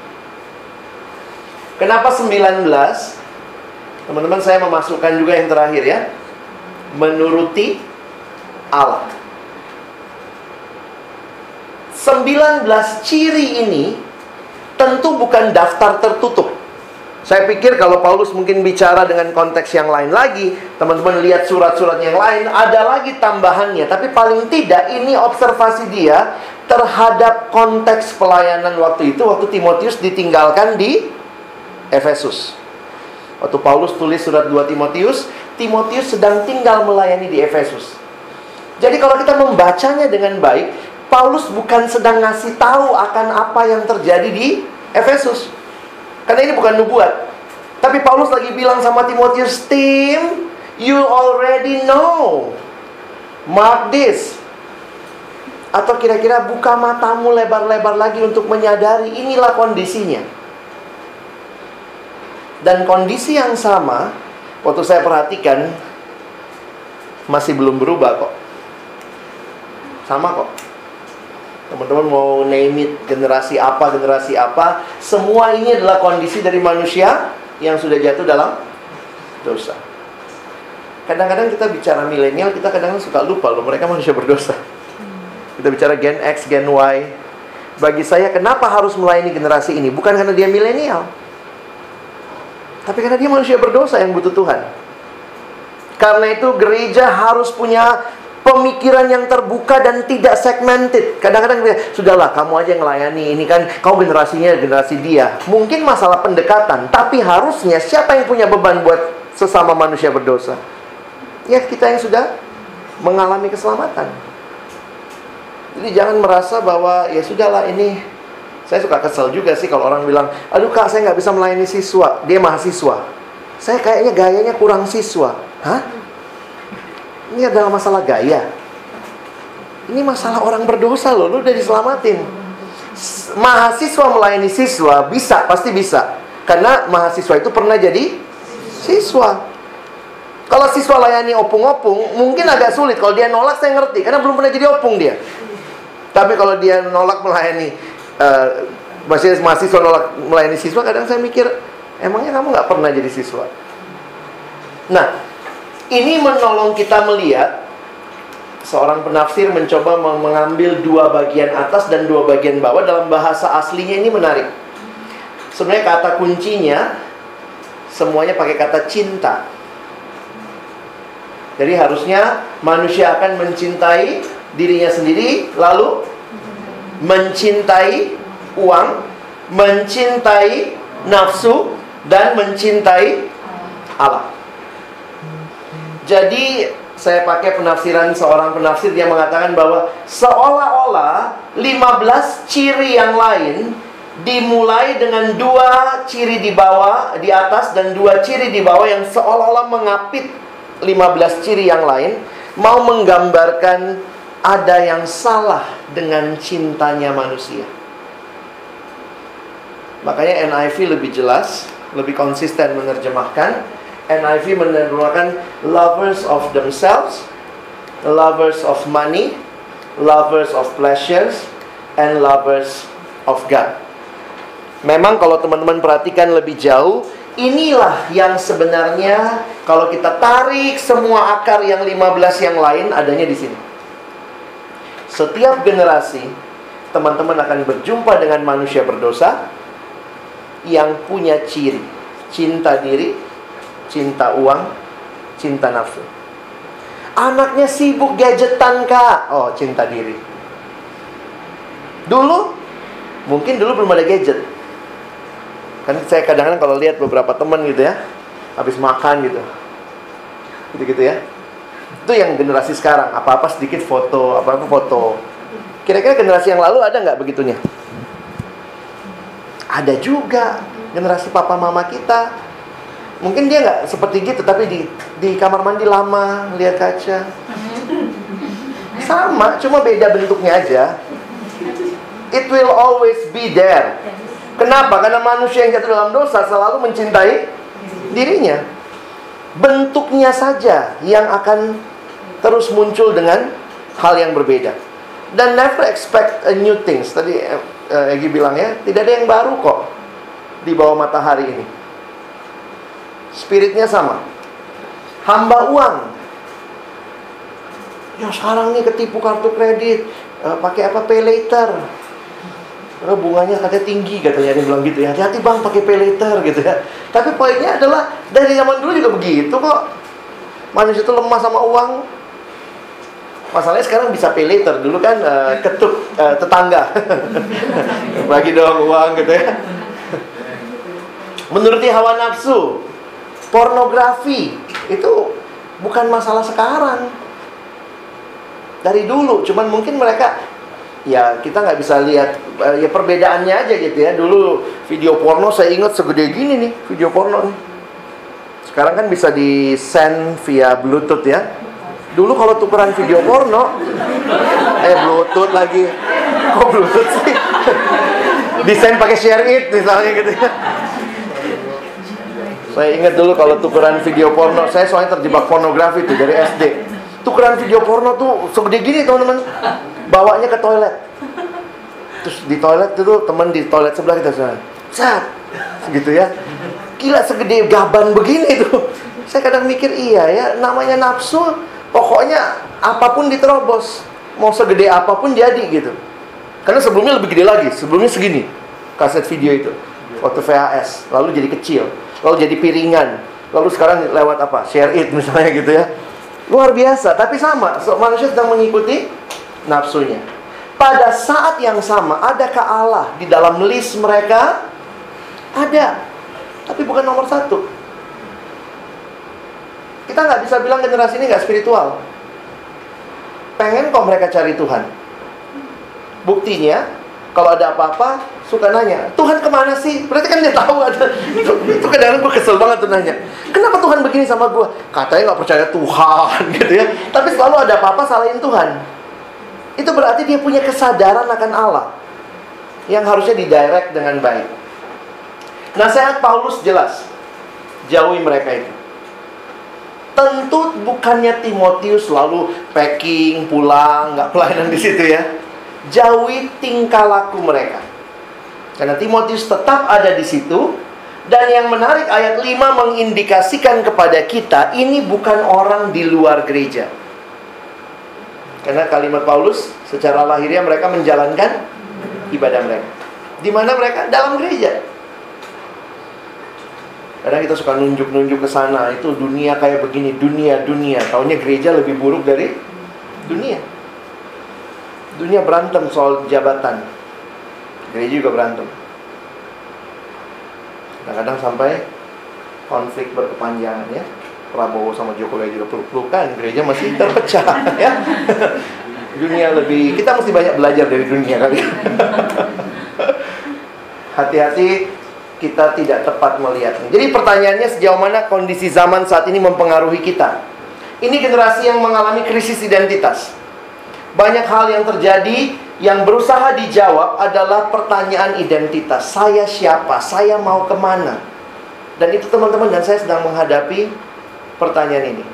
Kenapa 19? Teman-teman, saya memasukkan juga yang terakhir ya. Menuruti Allah. 19 ciri ini tentu bukan daftar tertutup. Saya pikir kalau Paulus mungkin bicara dengan konteks yang lain lagi, teman-teman lihat surat-surat yang lain, ada lagi tambahannya. Tapi paling tidak ini observasi dia terhadap konteks pelayanan waktu itu, waktu Timotius ditinggalkan di Efesus. Waktu Paulus tulis surat 2 Timotius, Timotius sedang tinggal melayani di Efesus. Jadi kalau kita membacanya dengan baik, Paulus bukan sedang ngasih tahu akan apa yang terjadi di Efesus. Karena ini bukan nubuat. Tapi Paulus lagi bilang sama Timotius, Tim, you already know. Mark this. Atau kira-kira buka matamu lebar-lebar lagi untuk menyadari inilah kondisinya. Dan kondisi yang sama, waktu saya perhatikan, masih belum berubah kok. Sama kok. Teman-teman mau name it, generasi apa, semua ini adalah kondisi dari manusia yang sudah jatuh dalam dosa. Kadang-kadang kita bicara milenial, kita kadang-kadang suka lupa loh, mereka manusia berdosa. Kita bicara Gen X, Gen Y. Bagi saya, kenapa harus melayani generasi ini? Bukan karena dia milenial, tapi karena dia manusia berdosa yang butuh Tuhan. Karena itu gereja harus punya pemikiran yang terbuka dan tidak segmented. Kadang-kadang sudahlah, kamu aja yang melayani. Ini kan kamu generasinya generasi dia. Mungkin masalah pendekatan, tapi harusnya siapa yang punya beban buat sesama manusia berdosa? Ya kita yang sudah mengalami keselamatan. Jadi jangan merasa bahwa ya sudahlah ini. Saya suka kesel juga sih kalau orang bilang, aduh kak saya nggak bisa melayani siswa. Dia mahasiswa. Saya kayaknya gayanya kurang siswa. Hah? Ini adalah masalah gaya. Ini masalah orang berdosa loh. Lu udah diselamatin. Mahasiswa melayani siswa bisa, pasti bisa. Karena mahasiswa itu pernah jadi siswa. Kalau siswa layani opung-opung, mungkin agak sulit. Kalau dia nolak saya ngerti, karena belum pernah jadi opung dia. Tapi kalau dia nolak melayani mahasiswa nolak melayani siswa, kadang saya mikir, emangnya kamu nggak pernah jadi siswa? Nah, ini menolong kita melihat. Seorang penafsir mencoba mengambil dua bagian atas dan dua bagian bawah. Dalam bahasa aslinya ini menarik. Sebenarnya kata kuncinya semuanya pakai kata cinta. Jadi harusnya manusia akan mencintai dirinya sendiri, lalu mencintai uang, mencintai nafsu, dan mencintai Allah. Jadi saya pakai penafsiran seorang penafsir, dia mengatakan bahwa seolah-olah 15 ciri yang lain dimulai dengan 2 ciri di bawah, di atas, dan 2 ciri di bawah yang seolah-olah mengapit 15 ciri yang lain, mau menggambarkan ada yang salah dengan cintanya manusia. Makanya NIV lebih jelas, lebih konsisten menerjemahkan. NIV menerjemahkan lovers of themselves, lovers of money, lovers of pleasures, and lovers of God. Memang kalau teman-teman perhatikan lebih jauh, inilah yang sebenarnya kalau kita tarik semua akar yang 15 yang lain adanya di sini. Setiap generasi teman-teman akan berjumpa dengan manusia berdosa yang punya ciri cinta diri, cinta uang, cinta nafsu. Anaknya sibuk gadgetan kak, oh cinta diri. Dulu belum ada gadget. Kan saya kadang-kadang kalau lihat beberapa teman gitu ya, habis makan gitu ya. Itu yang generasi sekarang, apa-apa sedikit foto, apa-apa foto. Kira-kira generasi yang lalu ada nggak begitunya? Ada juga generasi papa mama kita. Mungkin dia nggak seperti gitu, tapi di kamar mandi lama lihat kaca. Sama, cuma beda bentuknya aja. It will always be there. Kenapa? Karena manusia yang jatuh dalam dosa selalu mencintai dirinya. Bentuknya saja yang akan terus muncul dengan hal yang berbeda. Dan never expect a new things. Tadi Egi bilang ya, tidak ada yang baru kok di bawah matahari ini. Spiritnya sama. Hamba uang. Ya sekarang nih ketipu kartu kredit, pakai apa, pay later. Bunganya katanya tinggi, katanya dia bilang gitu ya. Hati-hati bang pakai pay later gitu ya. Tapi poinnya adalah dari zaman dulu juga begitu kok. Manusia itu lemah sama uang. Masalahnya sekarang bisa pay later. Dulu kan ketuk tetangga. Bagi dong uang gitu ya. Menuruti hawa nafsu, pornografi, itu bukan masalah sekarang. Dari dulu, cuman mungkin mereka, ya kita nggak bisa lihat ya perbedaannya aja gitu ya. Dulu video porno saya ingat segede gini nih, video porno nih. Sekarang kan bisa di-send via Bluetooth ya. Dulu kalau tukeran video porno, Bluetooth lagi. Kok Bluetooth sih? Di-send pakai share it misalnya gitu ya. Saya ingat dulu kalau tukeran video porno, saya soalnya terjebak pornografi tuh dari SD. Tukeran video porno tuh segede gini teman-teman, bawanya ke toilet. Terus di toilet itu teman di toilet sebelah kita sat, gitu ya. Gila, segede gaban begini tuh. Saya kadang mikir, iya ya, namanya nafsu, pokoknya apapun diterobos. Mau segede apapun jadi gitu. Karena sebelumnya lebih gede lagi, sebelumnya segini kaset video itu, waktu VHS, lalu jadi kecil, lalu jadi piringan, lalu sekarang lewat apa, share it misalnya gitu ya. Luar biasa, tapi sama, manusia sedang mengikuti nafsunya. Pada saat yang sama, adakah Allah di dalam list mereka? Ada, tapi bukan nomor 1. Kita nggak bisa bilang generasi ini nggak spiritual. Pengen kok mereka cari Tuhan. Buktinya, kalau ada apa-apa, suka nanya, Tuhan kemana sih? Berarti kan dia tahu ada. Itu kadang-kadang gue kesel banget tuh nanya, kenapa Tuhan begini sama gue? Katanya nggak percaya Tuhan gitu ya. Tapi selalu ada apa-apa salahin Tuhan. Itu berarti dia punya kesadaran akan Allah yang harusnya didirect dengan baik. Nasihat Paulus jelas, jauhi mereka itu. Tentu bukannya Timotius lalu packing, pulang, nggak pelayanan di situ ya. Jauhi tingkah laku mereka. Karena Timotius tetap ada di situ. Dan yang menarik, ayat 5 mengindikasikan kepada kita, ini bukan orang di luar gereja. Karena kalimat Paulus, secara lahiriah mereka menjalankan ibadah mereka. Di mana mereka? Dalam gereja. Karena kita suka nunjuk-nunjuk ke sana, itu dunia kayak begini, dunia. Taunya gereja lebih buruk dari dunia. Dunia berantem soal jabatan, gereja juga berantem. Kadang-kadang sampai konflik berkepanjangan ya. Prabowo sama Jokowi juga peluk-pelukan, gereja masih terpecah ya. Dunia lebih, kita mesti banyak belajar dari dunia kali. Hati-hati kita tidak tepat melihatnya. Jadi pertanyaannya, sejauh mana kondisi zaman saat ini mempengaruhi kita? Ini generasi yang mengalami krisis identitas. Banyak hal yang terjadi yang berusaha dijawab adalah pertanyaan identitas. Saya siapa? Saya mau kemana? Dan itu teman-teman dan saya sedang menghadapi pertanyaan ini.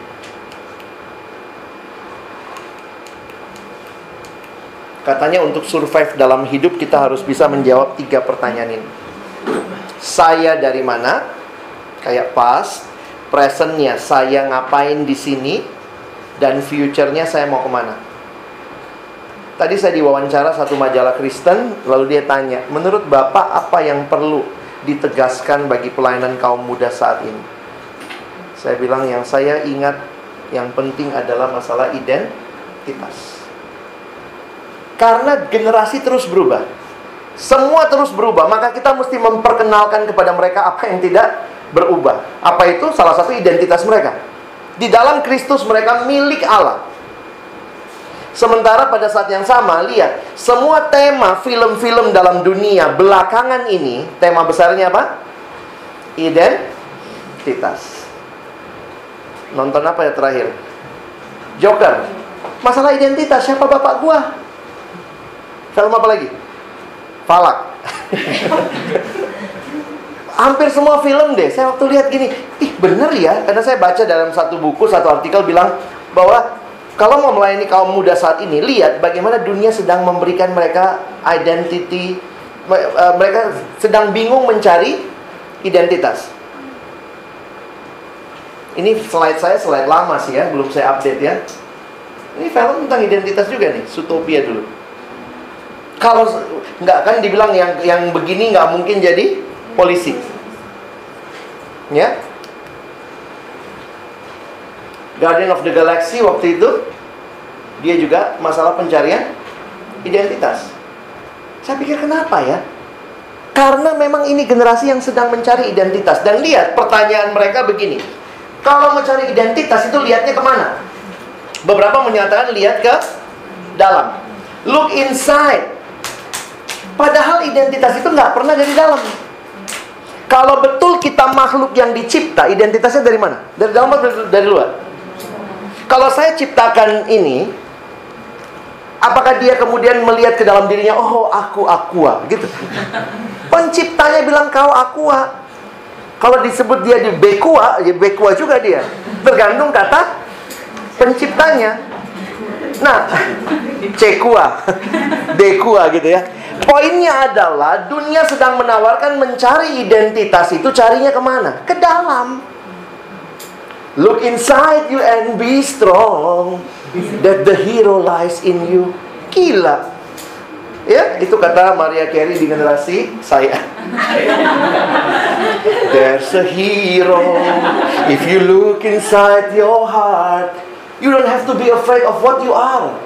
Katanya untuk survive dalam hidup kita harus bisa menjawab 3 pertanyaan ini. Saya dari mana? Kayak past, presentnya saya ngapain di sini, dan future-nya saya mau kemana. Tadi saya diwawancara satu majalah Kristen, lalu dia tanya, menurut Bapak apa yang perlu ditegaskan bagi pelayanan kaum muda saat ini? Saya bilang yang saya ingat yang penting adalah masalah identitas. Karena generasi terus berubah, semua terus berubah, maka kita mesti memperkenalkan kepada mereka apa yang tidak berubah. Apa itu? Salah satu identitas mereka. Di dalam Kristus mereka milik Allah. Sementara pada saat yang sama, lihat, semua tema film-film dalam dunia belakangan ini, tema besarnya apa? Identitas. Nonton apa ya terakhir? Joker. Masalah identitas, siapa bapak gua? Film apa lagi? Falak. Hampir semua film deh. Saya waktu lihat gini, bener ya. Karena saya baca dalam satu buku, satu artikel bilang bahwa kalau mau melayani kaum muda saat ini, lihat bagaimana dunia sedang memberikan mereka identity. Mereka sedang bingung mencari identitas. Ini slide saya, slide lama sih ya, belum saya update ya. Ini film tentang identitas juga nih, Zootopia dulu. Kalau nggak kan dibilang yang begini nggak mungkin jadi polisi, ya. Guardian of the Galaxy waktu itu dia juga masalah pencarian identitas. Saya pikir kenapa ya? Karena memang ini generasi yang sedang mencari identitas. Dan lihat pertanyaan mereka begini, kalau mencari identitas itu lihatnya kemana? Beberapa menyatakan lihat ke dalam, look inside. Padahal identitas itu nggak pernah dari dalam. Kalau betul kita makhluk yang dicipta, identitasnya dari mana? Dari dalam atau dari luar? Kalau saya ciptakan ini, apakah dia kemudian melihat ke dalam dirinya, oh aqua gitu? Penciptanya bilang kau aqua. Kalau disebut dia di bekua, ya bekua juga dia. Tergantung kata penciptanya. Nah, cekua, dekua gitu ya. Poinnya adalah dunia sedang menawarkan mencari identitas itu, carinya kemana? Ke dalam. Look inside you and be strong, that the hero lies in you. Gila. Ya, itu kata Mariah Carey di generasi saya. There's a hero. If you look inside your heart, you don't have to be afraid of what you are.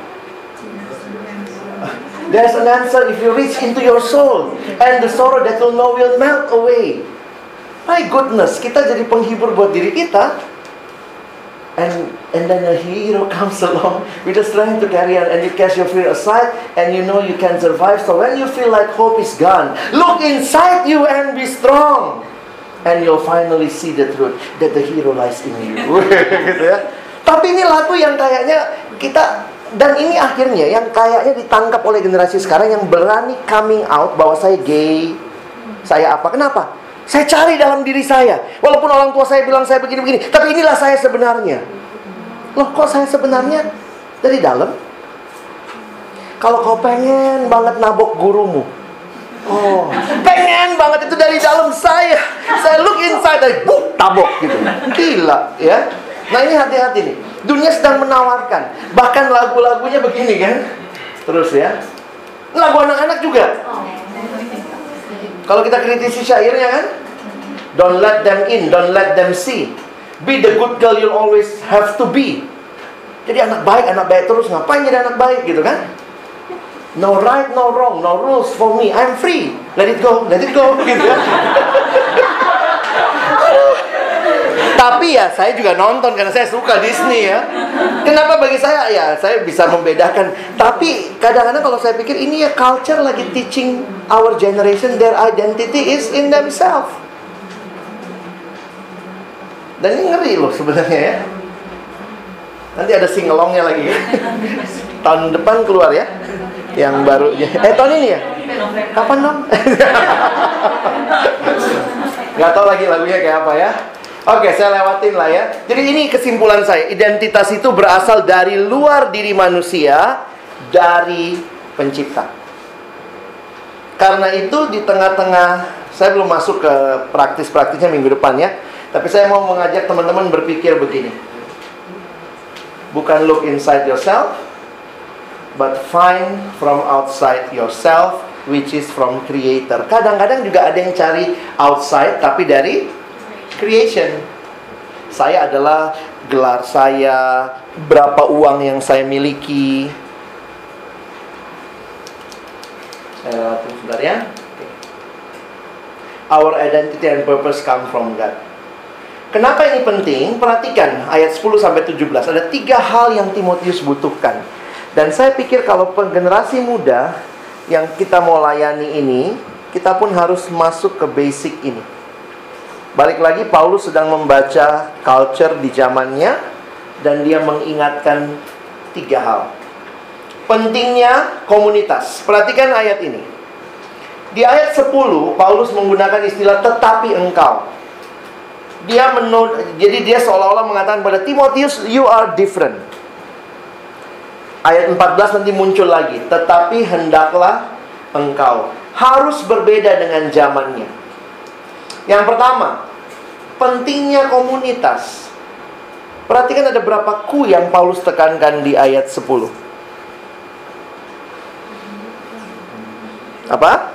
There's an answer if you reach into your soul, and the sorrow that you know will melt away. My goodness, kita jadi penghibur buat diri kita. And then a hero comes along with the strength to carry on, and you cast your fear aside, and you know you can survive. So when you feel like hope is gone, look inside you and be strong, and you'll finally see the truth that the hero lies in you. Gitu ya. Tapi ini lagu yang kayaknya kita, dan ini akhirnya yang kayaknya ditangkap oleh generasi sekarang yang berani coming out bahwa saya gay, saya apa? Kenapa? Saya cari dalam diri saya. Walaupun orang tua saya bilang saya begini-begini, tapi inilah saya sebenarnya. Loh, kok saya sebenarnya dari dalam? Kalau kau pengen banget nabok gurumu, oh, pengen banget itu dari dalam saya. Saya look inside, tabok gitu. Gila, ya. Nah ini hati-hati nih. Dunia sedang menawarkan. Bahkan lagu-lagunya begini kan. Terus ya. Lagu anak-anak juga. Kalau kita kritisi syairnya kan, don't let them in, don't let them see. Be the good girl you'll always have to be. Jadi anak baik terus. Ngapain jadi anak baik gitu kan? No right, no wrong, no rules for me. I'm free. Let it go gitu ya. Tapi ya saya juga nonton karena saya suka Disney ya. Kenapa bagi saya? Ya saya bisa membedakan. Tapi kadang-kadang kalau saya pikir ini ya culture lagi teaching our generation their identity is in themselves. Dan ini ngeri loh sebenarnya ya. Nanti ada sing-alongnya lagi ya. Tahun depan keluar ya yang barunya. Tahun ini ya? Kapan dong? Gak tahu lagi lagunya kayak apa ya. Oke, saya lewatin lah ya. Jadi ini kesimpulan saya. Identitas itu berasal dari luar diri manusia, dari pencipta. Karena itu di tengah-tengah, saya belum masuk ke praktis-praktisnya minggu depan ya. Tapi saya mau mengajak teman-teman berpikir begini. Bukan look inside yourself, but find from outside yourself, which is from Creator. Kadang-kadang juga ada yang cari outside, tapi dari creation. Saya adalah gelar saya, berapa uang yang saya miliki. Saya lewatin sebentar ya. Our identity and purpose come from God. Kenapa ini penting? Perhatikan ayat 10-17. Ada 3 hal yang Timotius butuhkan. Dan saya pikir kalau generasi muda yang kita mau layani ini, kita pun harus masuk ke basic ini. Balik lagi, Paulus sedang membaca culture di zamannya, dan dia mengingatkan 3 hal. Pentingnya komunitas. Perhatikan ayat ini. Di ayat 10, Paulus menggunakan istilah tetapi engkau. Jadi dia seolah-olah mengatakan pada Timotius, you are different. Ayat 14 nanti muncul lagi, tetapi hendaklah engkau. Harus berbeda dengan zamannya. Yang pertama, pentingnya komunitas. Perhatikan ada berapa ku yang Paulus tekankan di ayat 10. Apa?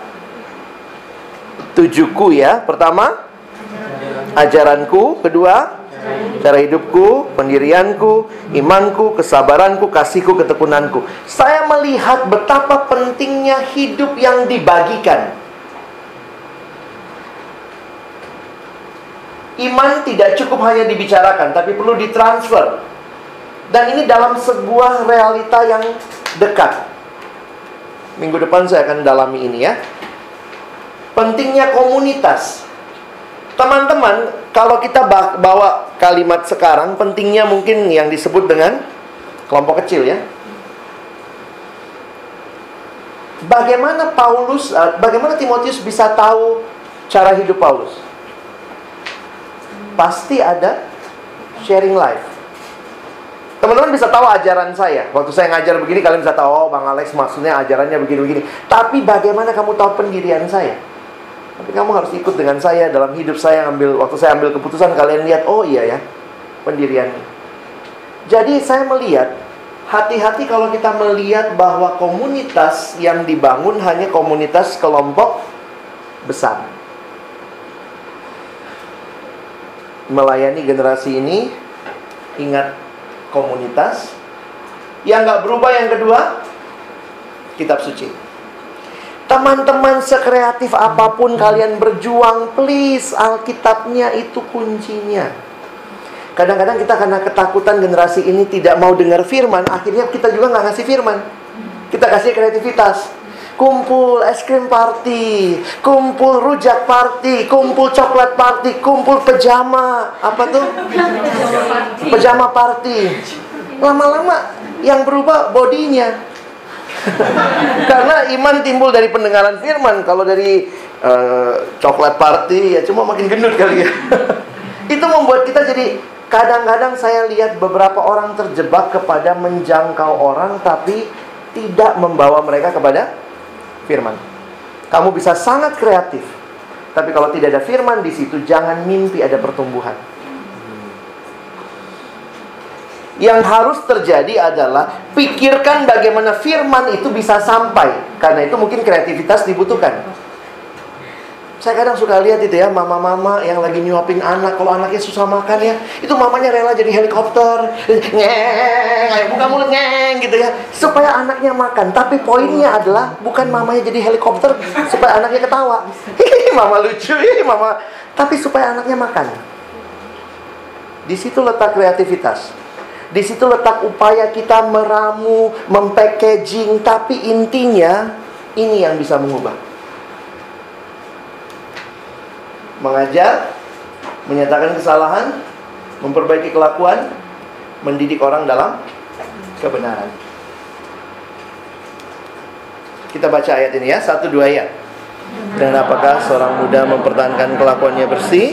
7 ku ya. Pertama, ajaranku. Kedua, cara hidupku, pendirianku, imanku, kesabaranku, kasihku, ketekunanku. Saya melihat betapa pentingnya hidup yang dibagikan. Iman tidak cukup hanya dibicarakan, tapi perlu ditransfer. Dan ini dalam sebuah realita yang dekat. Minggu depan saya akan dalami ini ya. Pentingnya komunitas. Teman-teman, kalau kita bawa kalimat sekarang, pentingnya mungkin yang disebut dengan kelompok kecil ya. Bagaimana Timotius bisa tahu cara hidup Paulus? Pasti ada sharing life. Teman-teman bisa tahu ajaran saya. Waktu saya ngajar begini, kalian bisa tahu, oh Bang Alex maksudnya ajarannya begini-begini. Tapi bagaimana kamu tahu pendirian saya? Tapi kamu harus ikut dengan saya dalam hidup saya. Waktu saya ambil keputusan, kalian lihat, oh iya ya, pendiriannya. Jadi saya melihat, hati-hati kalau kita melihat bahwa komunitas yang dibangun hanya komunitas kelompok besar. Melayani generasi ini, ingat komunitas. Yang gak berubah yang kedua, kitab suci. Teman-teman, sekreatif apapun kalian berjuang, please, Alkitabnya itu kuncinya. Kadang-kadang kita karena ketakutan generasi ini tidak mau dengar firman, akhirnya kita juga gak ngasih firman. Kita kasih kreativitas. Kumpul es krim party, kumpul rujak party, kumpul coklat party, kumpul pejama. Apa tuh? Pejama party. Lama-lama yang berubah bodinya. Karena iman timbul dari pendengaran firman. Kalau dari coklat party ya cuma makin gendut kali ya. Itu membuat kita jadi, kadang-kadang saya lihat beberapa orang terjebak kepada menjangkau orang tapi tidak membawa mereka kepada firman. Kamu bisa sangat kreatif, tapi kalau tidak ada firman di situ, jangan mimpi ada pertumbuhan. Yang harus terjadi adalah pikirkan bagaimana firman itu bisa sampai. Karena itu mungkin kreativitas dibutuhkan. Saya kadang suka lihat itu ya, mama-mama yang lagi nyuapin anak. Kalau anaknya susah makan ya, itu mamanya rela jadi helikopter, ngeng, buka mulut ngeng gitu ya, supaya anaknya makan. Tapi poinnya adalah bukan mamanya jadi helikopter supaya anaknya ketawa. Hihi, mama lucu, hihi, mama. Tapi supaya anaknya makan. Di situ letak kreativitas. Di situ letak upaya kita meramu, mempackaging. Tapi intinya ini yang bisa mengubah. Mengajar, menyatakan kesalahan, memperbaiki kelakuan, mendidik orang dalam kebenaran. Kita baca ayat ini ya, 1-2 ayat. Dengan apakah seorang muda mempertahankan kelakuannya bersih?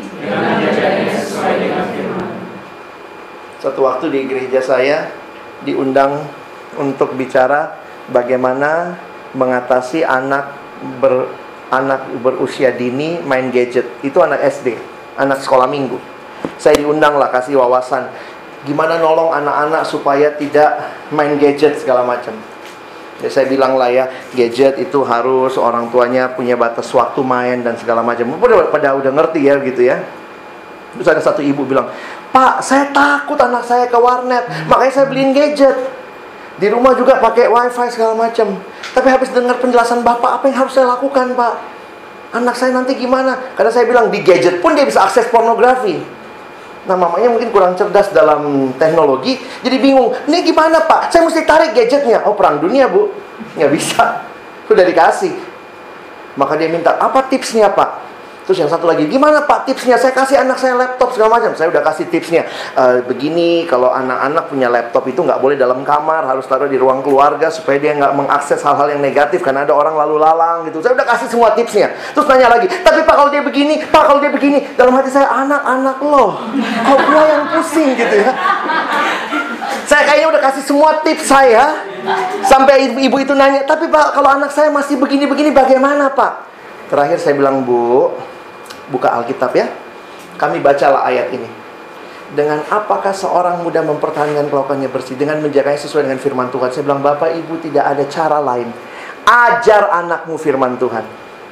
Suatu waktu di gereja saya diundang untuk bicara bagaimana mengatasi anak berusia dini main gadget. Itu anak SD, anak sekolah minggu. Saya diundang lah, kasih wawasan gimana nolong anak-anak supaya tidak main gadget segala macam. Ya, saya bilang lah ya, gadget itu harus orang tuanya punya batas waktu main dan segala macam. Pada udah ngerti ya gitu ya. Terus ada satu ibu bilang, "Pak, saya takut anak saya ke warnet, makanya saya beliin gadget. Di rumah juga pakai wifi segala macam. Tapi habis dengar penjelasan Bapak, apa yang harus saya lakukan, Pak? Anak saya nanti gimana?" Karena saya bilang di gadget pun dia bisa akses pornografi. Nah, mamanya mungkin kurang cerdas dalam teknologi, jadi bingung. Ini gimana, Pak? Saya mesti tarik gadgetnya. Oh, perang dunia, Bu. Nggak bisa. Sudah dikasih. Maka dia minta, apa tipsnya, Pak? Terus yang satu lagi, gimana Pak tipsnya? Saya kasih anak saya laptop segala macam. Saya udah kasih tipsnya. Begini, kalau anak-anak punya laptop itu nggak boleh dalam kamar, harus taruh di ruang keluarga supaya dia nggak mengakses hal-hal yang negatif karena ada orang lalu lalang gitu. Saya udah kasih semua tipsnya. Terus nanya lagi, tapi Pak kalau dia begini, Pak kalau dia begini. Dalam hati saya, anak-anak loh, kok gua yang pusing gitu ya. Saya kayaknya udah kasih semua tips saya. Sampai ibu itu nanya, tapi Pak kalau anak saya masih begini-begini bagaimana Pak? Terakhir saya bilang, Bu, buka Alkitab ya. Kami bacalah ayat ini. Dengan apakah seorang muda mempertahankan kelakuannya bersih? Dengan menjaganya sesuai dengan firman Tuhan. Saya bilang, Bapak Ibu tidak ada cara lain. Ajar anakmu firman Tuhan.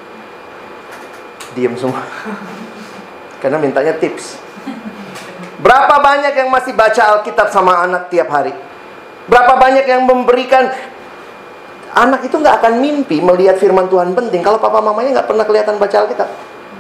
Diam semua. Karena mintanya tips. Berapa banyak yang masih baca Alkitab sama anak tiap hari? Berapa banyak yang memberikan. Anak itu gak akan mimpi melihat firman Tuhan penting kalau papa mamanya gak pernah kelihatan baca Alkitab.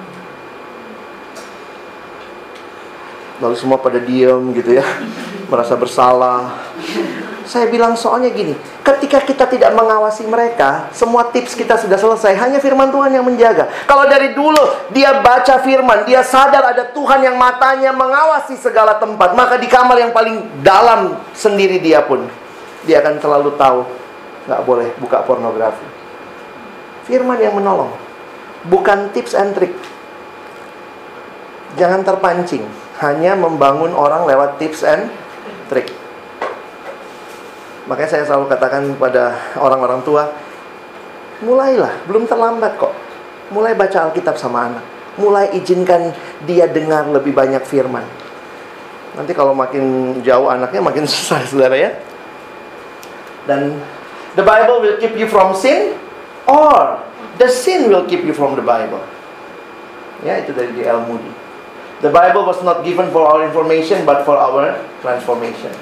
Lalu semua pada diam gitu ya, merasa bersalah. Saya bilang soalnya gini, ketika kita tidak mengawasi mereka, semua tips kita sudah selesai. Hanya firman Tuhan yang menjaga. Kalau dari dulu dia baca firman, dia sadar ada Tuhan yang matanya mengawasi segala tempat, maka di kamar yang paling dalam sendiri dia pun, dia akan selalu tahu nggak boleh buka pornografi. Firman yang menolong, bukan tips and trick. Jangan terpancing hanya membangun orang lewat tips and trick. Makanya saya selalu katakan kepada orang-orang tua, mulailah, belum terlambat kok. Mulai baca Alkitab sama anak. Mulai izinkan dia dengar lebih banyak firman. Nanti kalau makin jauh anaknya makin susah, saudara ya. Dan the Bible will keep you from sin, or the sin will keep you from the Bible. Ya, itu dari D.L. Moody. The Bible was not given for our information, but for our transformation.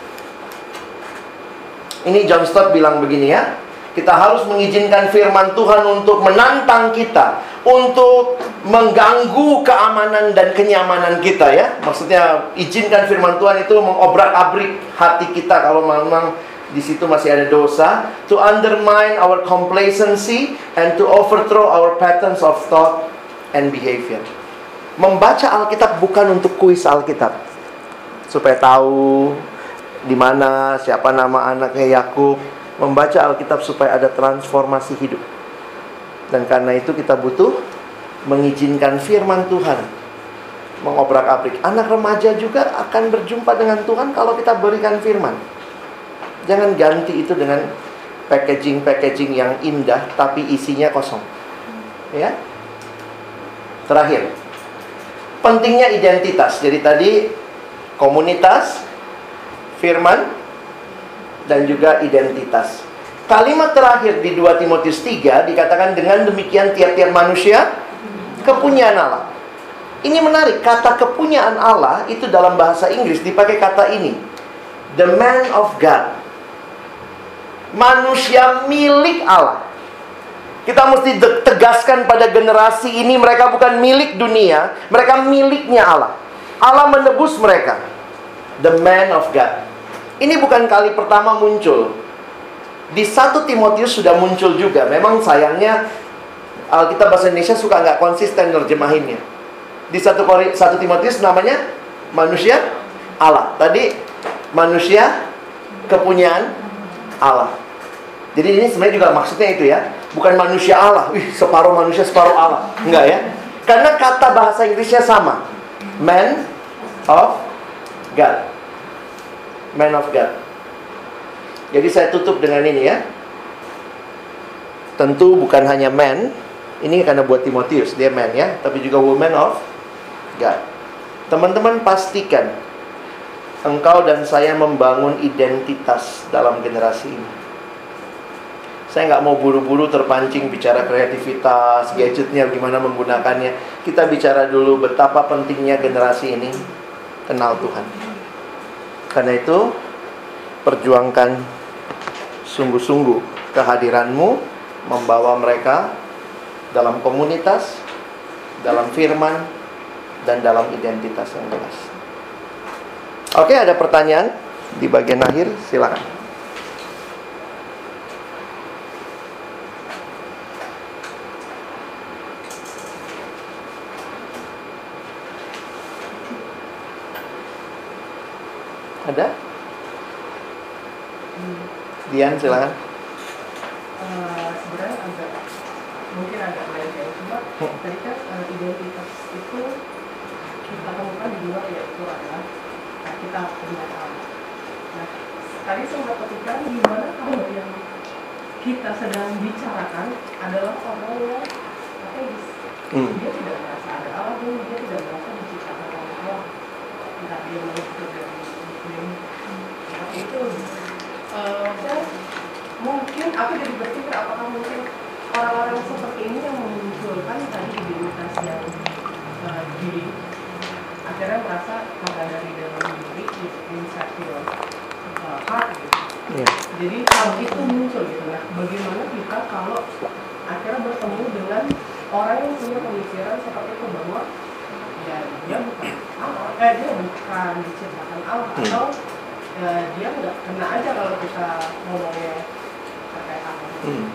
Ini John Stott bilang begini ya, kita harus mengizinkan firman Tuhan untuk menantang kita, untuk mengganggu keamanan dan kenyamanan kita ya. Maksudnya izinkan firman Tuhan itu mengobrak-abrik hati kita kalau memang di situ masih ada dosa, to undermine our complacency and to overthrow our patterns of thought and behavior. Membaca Alkitab bukan untuk kuis Alkitab, supaya tahu di mana siapa nama anaknya Yakub. Membaca Alkitab supaya ada transformasi hidup. Dan karena itu kita butuh mengizinkan firman Tuhan mengobrak-abrik. Anak remaja juga akan berjumpa dengan Tuhan kalau kita berikan firman. Jangan ganti itu dengan packaging yang indah tapi isinya kosong. Ya. Terakhir, pentingnya identitas. Jadi tadi komunitas, firman, dan juga identitas. Kalimat terakhir di 2 Timotius 3 dikatakan, dengan demikian tiap-tiap manusia kepunyaan Allah. Ini menarik, kata kepunyaan Allah itu dalam bahasa Inggris dipakai kata ini, the man of God. Manusia milik Allah. Kita mesti tegaskan pada generasi ini, mereka bukan milik dunia, mereka miliknya Allah. Allah menebus mereka. The man of God. Ini bukan kali pertama muncul. Di 1 Timotius sudah muncul juga. Memang sayangnya Alkitab bahasa Indonesia suka nggak konsisten nerjemahinnya. Di 1 Timotius namanya manusia Allah. Tadi manusia kepunyaan Allah. Jadi ini sebenarnya juga maksudnya itu ya, bukan manusia Allah. Separuh manusia, separuh Allah. Enggak ya. Karena kata bahasa Inggrisnya sama. Man of God. Man of God. Jadi saya tutup dengan ini ya. Tentu bukan hanya man. Ini karena buat Timotius, dia man ya. Tapi juga woman of God. Teman-teman pastikan engkau dan saya membangun identitas dalam generasi ini. Saya nggak mau buru-buru terpancing bicara kreativitas, gadgetnya, gimana menggunakannya. Kita bicara dulu betapa pentingnya generasi ini kenal Tuhan. Karena itu, perjuangkan sungguh-sungguh kehadiranmu, membawa mereka dalam komunitas, dalam firman, dan dalam identitas yang jelas. Oke, ada pertanyaan di bagian akhir, silakan. Ada? Dian, silakan. Sebenarnya mungkin agak melenceng, cuma tadi kan identitas itu kita temukan di luar, yaitu adalah kita punya Allah. Nah, tadi sempat ketika gimana kalau yang kita sedang bicarakan adalah orang yang ateis. Dia tidak merasa ada Allah, dia tidak merasa diciptakan oleh Allah. Entah dia menuntut dari seperti itu. Dan mungkin aku jadi berpikir, apakah mungkin orang-orang seperti ini yang memunculkan tadi identitas yang diri akhirnya merasa maka dari dalam diri insecure heart gitu. Jadi hal itu muncul gitu. Nah, bagaimana kita kalau akhirnya bertemu dengan orang yang punya pemikiran seperti itu, bahwa ya dia bukan Allah, dia bukan diciptakan Allah, atau dia nggak kena aja kalau kita ngomongnya terkait Allah.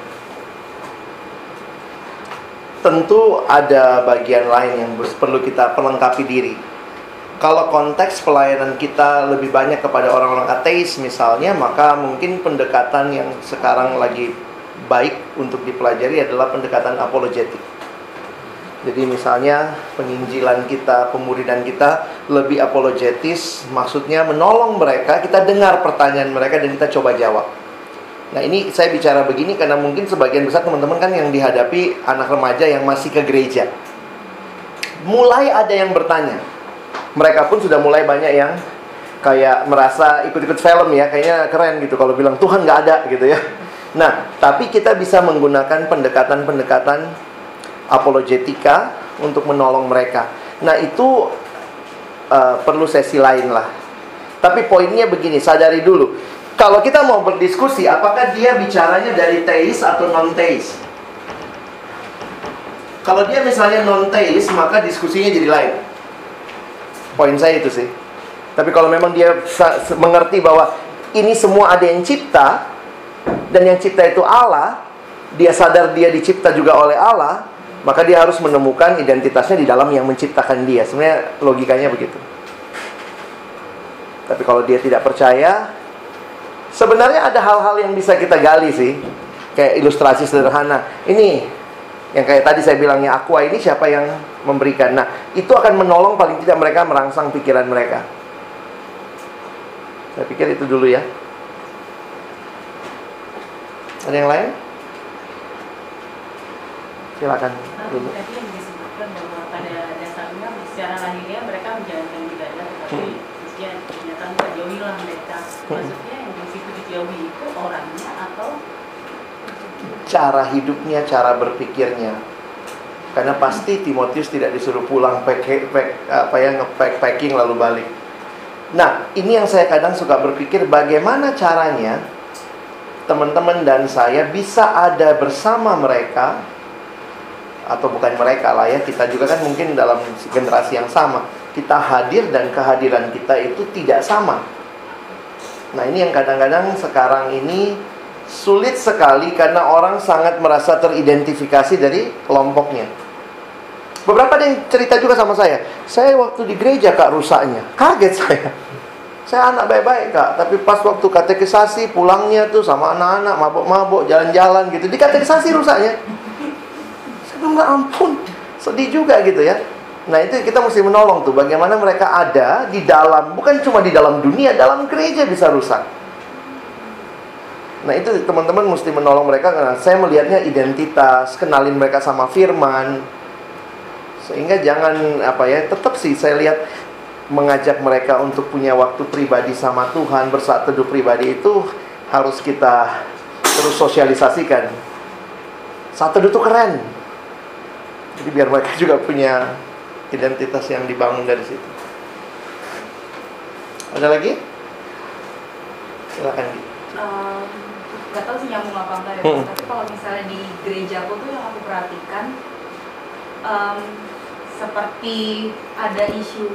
Tentu ada bagian lain yang perlu kita perlengkapi diri. Kalau konteks pelayanan kita lebih banyak kepada orang-orang ateis misalnya, maka mungkin pendekatan yang sekarang lagi baik untuk dipelajari adalah pendekatan apologetik. Jadi misalnya penginjilan kita, pemuridan kita lebih apologetis, maksudnya menolong mereka, kita dengar pertanyaan mereka dan kita coba jawab. Nah ini saya bicara begini karena mungkin sebagian besar teman-teman kan yang dihadapi anak remaja yang masih ke gereja. Mulai ada yang bertanya. Mereka pun sudah mulai banyak yang kayak merasa ikut-ikut film ya, kayaknya keren gitu kalau bilang Tuhan nggak ada gitu ya. Nah, tapi kita bisa menggunakan pendekatan-pendekatan apologetika untuk menolong mereka. Nah, itu perlu sesi lain lah. Tapi poinnya begini, sadari dulu. Kalau kita mau berdiskusi, apakah dia bicaranya dari teis atau non-teis? Kalau dia misalnya non-teis, maka diskusinya jadi lain. Poin saya itu sih. Tapi kalau memang dia mengerti bahwa ini semua ada yang cipta, dan yang cipta itu Allah, dia sadar dia dicipta juga oleh Allah, maka dia harus menemukan identitasnya di dalam yang menciptakan dia. Sebenarnya logikanya begitu. Tapi kalau dia tidak percaya, sebenarnya ada hal-hal yang bisa kita gali sih. Kayak ilustrasi sederhana. Ini, yang kayak tadi saya bilangnya aqua ini siapa yang memberikan. Nah, itu akan menolong paling tidak mereka merangsang pikiran mereka. Saya pikir itu dulu ya. Ada yang lain? Silakan. Dulu. Tadi yang disebutkan bahwa pada dasarnya secara lahiriah mereka menjalankan ibadah, tapi maksudnya kenyataan terjauhilah mereka. Maksudnya yang disitu dijauhi itu orangnya atau Cara hidupnya, cara berpikirnya. Karena pasti Timotius tidak disuruh pulang packing lalu balik. Nah, ini yang saya kadang suka berpikir, bagaimana caranya teman-teman dan saya bisa ada bersama mereka, atau bukan mereka lah ya, kita juga kan mungkin dalam generasi yang sama. Kita hadir dan kehadiran kita itu tidak sama. Nah, ini yang kadang-kadang sekarang ini sulit sekali karena orang sangat merasa teridentifikasi dari kelompoknya. Beberapa ada yang cerita juga sama saya waktu di gereja Kak rusaknya. Kaget saya. Saya anak baik-baik Kak, tapi pas waktu katekisasi pulangnya tuh sama anak-anak mabok-mabok, jalan-jalan gitu. Di katekisasi rusaknya. Saya bilang, ampun, sedih juga gitu ya. Nah itu kita mesti menolong tuh, bagaimana mereka ada di dalam, bukan cuma di dalam dunia, dalam gereja bisa rusak. Nah itu teman-teman mesti menolong mereka, karena saya melihatnya identitas, kenalin mereka sama firman. Sehingga jangan tetap sih saya lihat mengajak mereka untuk punya waktu pribadi sama Tuhan, bersaat teduh pribadi itu harus kita terus sosialisasikan. Saat teduh itu keren. Jadi biar mereka juga punya identitas yang dibangun dari situ. Ada lagi? Silakan. Gak tau sih nyambung apa enggak ya, tapi kalau misalnya di gereja aku tuh yang aku perhatikan seperti ada isu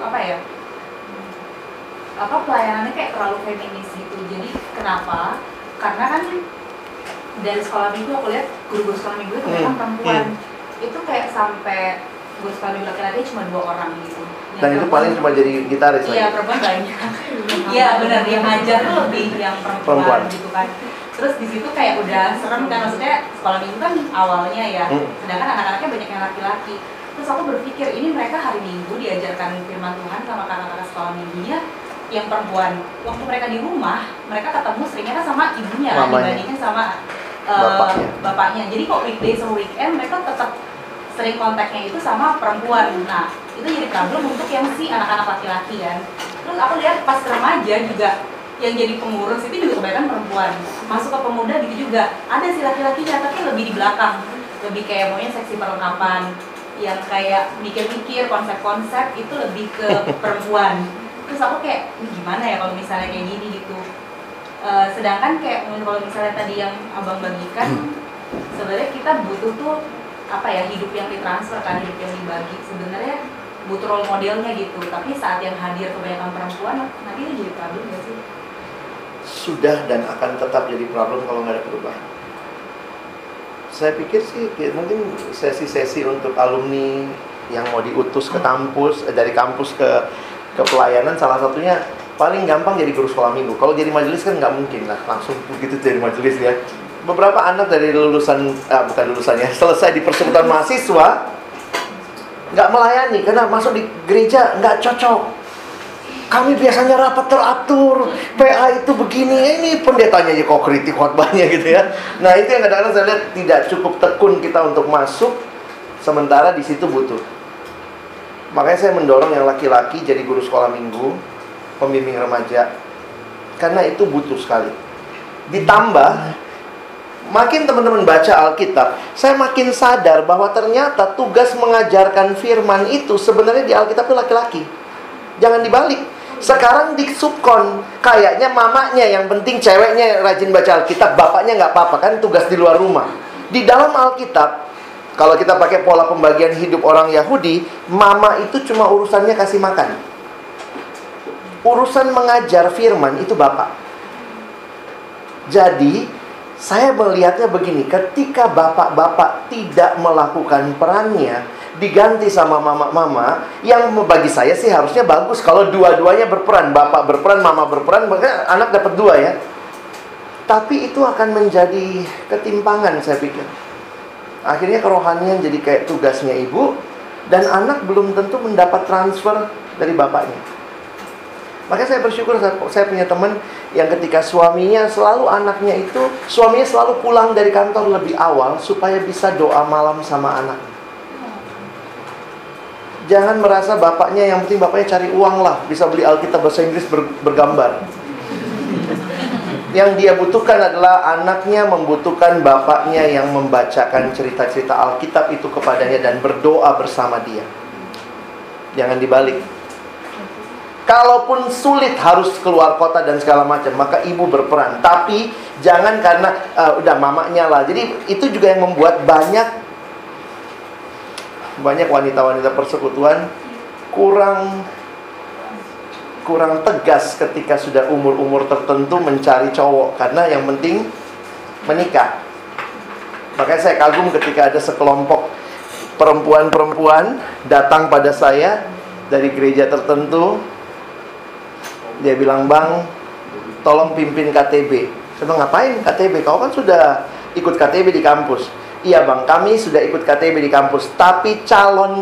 pelayanannya kayak terlalu feminis gitu. Jadi kenapa? Karena kan dari sekolah minggu aku lihat guru-guru sekolah minggu itu memang perempuan. Itu kayak sampai guru sekolah minggu laki-laki cuma 2 orang gitu. Dan itu paling cuma jadi gitaris. Iya, perempuan banyak. Iya benar, yang ngajar tuh lebih yang perempuan gitu kan. Terus di situ kayak udah serem kan, maksudnya sekolah minggu kan awalnya ya, sedangkan anak-anaknya banyak yang laki-laki. Terus aku berpikir, ini mereka hari Minggu diajarkan firman Tuhan sama kakak-kakak sekolah minggunya yang perempuan. Waktu mereka di rumah, mereka ketemu seringnya kan sama ibunya dibandingin sama bapaknya. Jadi kok weekday sama weekend mereka tetap sering kontaknya itu sama perempuan. Nah, itu jadi problem untuk yang si anak-anak laki-laki kan. Terus aku lihat pas remaja juga yang jadi pengurus itu juga kebanyakan perempuan. Masuk ke pemuda gitu juga ada si laki-lakinya, tapi lebih di belakang, lebih kayak maunya seksi perlengkapan, yang kayak mikir-mikir konsep-konsep itu lebih ke perempuan. Terus aku kayak gimana ya kalau misalnya kayak gini gitu. Sedangkan kayak kalau misalnya tadi yang abang bagikan, sebenarnya kita butuh tuh hidup yang ditransfer kan, hidup yang dibagi. Sebenarnya butuh role modelnya gitu. Tapi saat yang hadir kebanyakan perempuan, nanti itu jadi problem nggak sih? Sudah dan akan tetap jadi problem kalau nggak ada perubahan. Saya pikir sih mungkin sesi-sesi untuk alumni yang mau diutus ke kampus, dari kampus ke pelayanan, salah satunya paling gampang jadi guru sekolah minggu. Kalau jadi majelis kan nggak mungkin lah langsung begitu jadi majelis ya. Beberapa anak dari selesai di persekutuan mahasiswa nggak melayani karena masuk di gereja nggak cocok. Kami biasanya rapat teratur, PA itu begini, ini pendetanya aja kok kritik khotbahnya gitu ya. Nah itu yang kadang-kadang saya lihat tidak cukup tekun kita untuk masuk, sementara di situ butuh. Makanya saya mendorong yang laki-laki jadi guru sekolah minggu, pembimbing remaja, karena itu butuh sekali. Ditambah, makin teman-teman baca Alkitab, saya makin sadar bahwa ternyata tugas mengajarkan firman itu sebenarnya di Alkitab itu laki-laki. Jangan dibalik. Sekarang di subkon, kayaknya mamanya yang penting, ceweknya rajin baca Alkitab, bapaknya nggak apa-apa, kan tugas di luar rumah. Di dalam Alkitab, kalau kita pakai pola pembagian hidup orang Yahudi, mama itu cuma urusannya kasih makan. Urusan mengajar firman itu bapak. Jadi, saya melihatnya begini, ketika bapak-bapak tidak melakukan perannya, diganti sama mama-mama, yang bagi saya sih harusnya bagus kalau dua-duanya berperan, bapak berperan, mama berperan, maka anak dapat dua ya. Tapi itu akan menjadi ketimpangan saya pikir. Akhirnya kerohanian jadi kayak tugasnya ibu, dan anak belum tentu mendapat transfer dari bapaknya. Makanya saya bersyukur saya punya teman yang ketika suaminya selalu pulang dari kantor lebih awal supaya bisa doa malam sama anak. Jangan merasa bapaknya, yang penting bapaknya cari uang lah, bisa beli Alkitab bahasa Inggris bergambar. Yang dia butuhkan adalah anaknya membutuhkan bapaknya yang membacakan cerita-cerita Alkitab itu kepadanya dan berdoa bersama dia. Jangan dibalik. Kalaupun sulit harus keluar kota dan segala macam, maka ibu berperan. Tapi jangan karena udah mamanya lah. Jadi itu juga yang membuat banyak wanita-wanita persekutuan kurang tegas ketika sudah umur-umur tertentu mencari cowok, karena yang penting menikah. Makanya saya kagum ketika ada sekelompok perempuan-perempuan datang pada saya dari gereja tertentu. Dia bilang, "Bang, tolong pimpin KTB." Saya bilang, "Ngapain KTB? Kau kan sudah ikut KTB di kampus." "Iya bang, kami sudah ikut KTB di kampus, tapi calon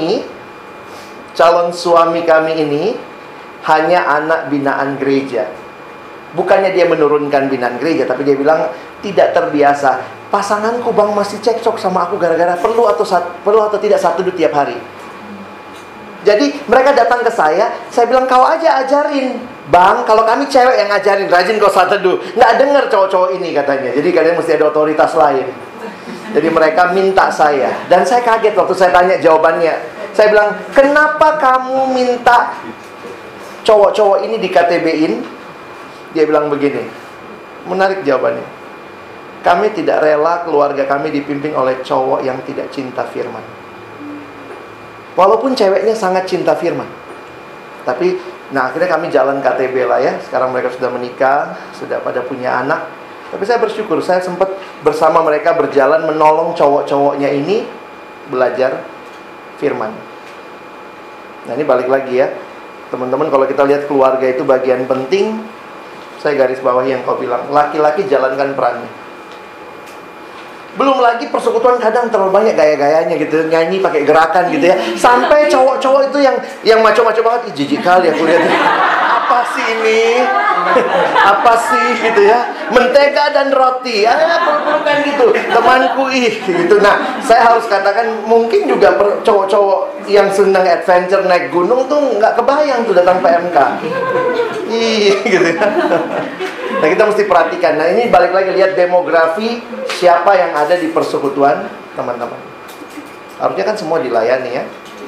suami kami ini hanya anak binaan gereja." Bukannya dia menurunkan binaan gereja, tapi dia bilang tidak terbiasa. "Pasanganku bang masih cekcok sama aku gara-gara perlu atau tidak satu duit tiap hari." Jadi mereka datang ke saya bilang, "Kau aja ajarin." "Bang, kalau kami cewek yang ngajarin, rajin kau saat teduh." Nggak dengar cowok-cowok ini katanya. Jadi kalian mesti ada otoritas lain. Jadi mereka minta saya. Dan saya kaget waktu saya tanya jawabannya. Saya bilang, "Kenapa kamu minta cowok-cowok ini di KTB-in?" Dia bilang begini. Menarik jawabannya. "Kami tidak rela keluarga kami dipimpin oleh cowok yang tidak cinta firman." Walaupun ceweknya sangat cinta firman. Tapi, akhirnya kami jalan KTB lah ya. Sekarang mereka sudah menikah, sudah pada punya anak. Tapi saya bersyukur, saya sempat bersama mereka berjalan menolong cowok-cowoknya ini belajar firman. Nah ini balik lagi ya, teman-teman, kalau kita lihat keluarga itu bagian penting. Saya garis bawahi yang kau bilang, laki-laki jalankan perannya. Belum lagi persekutuan kadang terlalu banyak gaya-gayanya gitu, nyanyi pakai gerakan gitu ya. Sampai cowok-cowok itu yang maco-maco banget, jijik kali aku lihat. Apa sih ini? Apa sih gitu ya? Mentega dan roti, peluk-pelukan gitu. Temanku gitu. Nah, saya harus katakan mungkin juga cowok-cowok yang senang adventure naik gunung tuh nggak kebayang tuh datang PMK. Gitu ya. Nah kita mesti perhatikan. Nah ini balik lagi lihat demografi siapa yang ada di persekutuan teman-teman. Harusnya kan semua dilayani ya.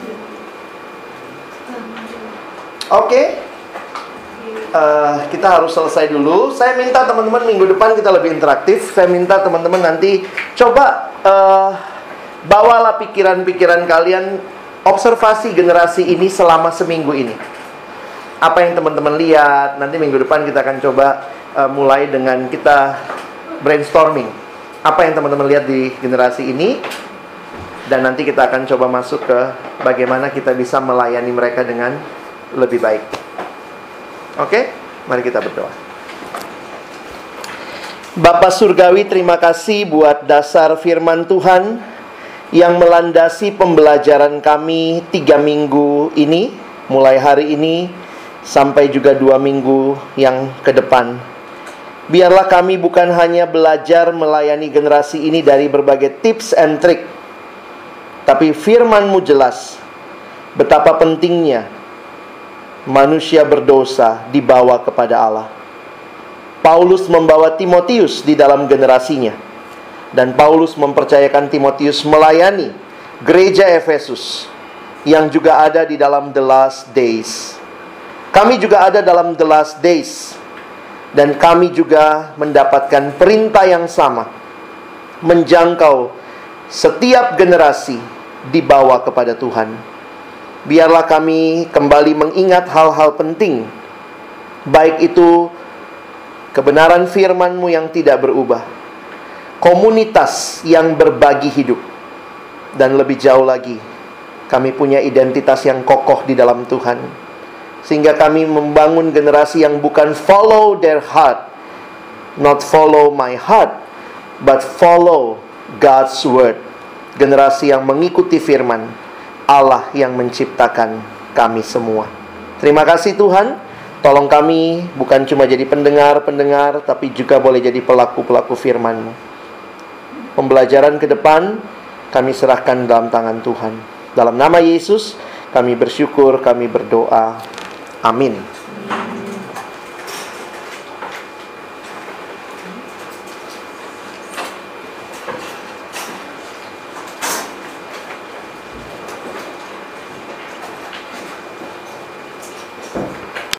Oke. Kita harus selesai dulu. Saya minta teman-teman minggu depan kita lebih interaktif. Saya minta teman-teman nanti coba bawalah pikiran-pikiran kalian, observasi generasi ini selama seminggu ini. Apa yang teman-teman lihat. Nanti minggu depan kita akan coba mulai dengan kita brainstorming. Apa yang teman-teman lihat di generasi ini. Dan nanti kita akan coba masuk ke bagaimana kita bisa melayani mereka dengan lebih baik. Oke, mari kita berdoa. Bapa Surgawi, terima kasih buat dasar firman Tuhan yang melandasi pembelajaran kami 3 minggu ini, mulai hari ini sampai juga 2 minggu yang ke depan. Biarlah kami bukan hanya belajar melayani generasi ini dari berbagai tips and trick, tapi firman-Mu jelas betapa pentingnya manusia berdosa dibawa kepada Allah. Paulus membawa Timotius di dalam generasinya, dan Paulus mempercayakan Timotius melayani gereja Efesus yang juga ada di dalam the last days. Kami juga ada dalam the last days, dan kami juga mendapatkan perintah yang sama, menjangkau setiap generasi dibawa kepada Tuhan. Biarlah kami kembali mengingat hal-hal penting, baik itu kebenaran firman-Mu yang tidak berubah, komunitas yang berbagi hidup, dan lebih jauh lagi, kami punya identitas yang kokoh di dalam Tuhan, sehingga kami membangun generasi yang bukan follow their heart, not follow my heart, but follow God's word. Generasi yang mengikuti firman Allah yang menciptakan kami semua. Terima kasih Tuhan. Tolong kami bukan cuma jadi pendengar-pendengar, tapi juga boleh jadi pelaku-pelaku firman-Mu. Pembelajaran ke depan kami serahkan dalam tangan Tuhan. Dalam nama Yesus kami bersyukur, kami berdoa. Amin.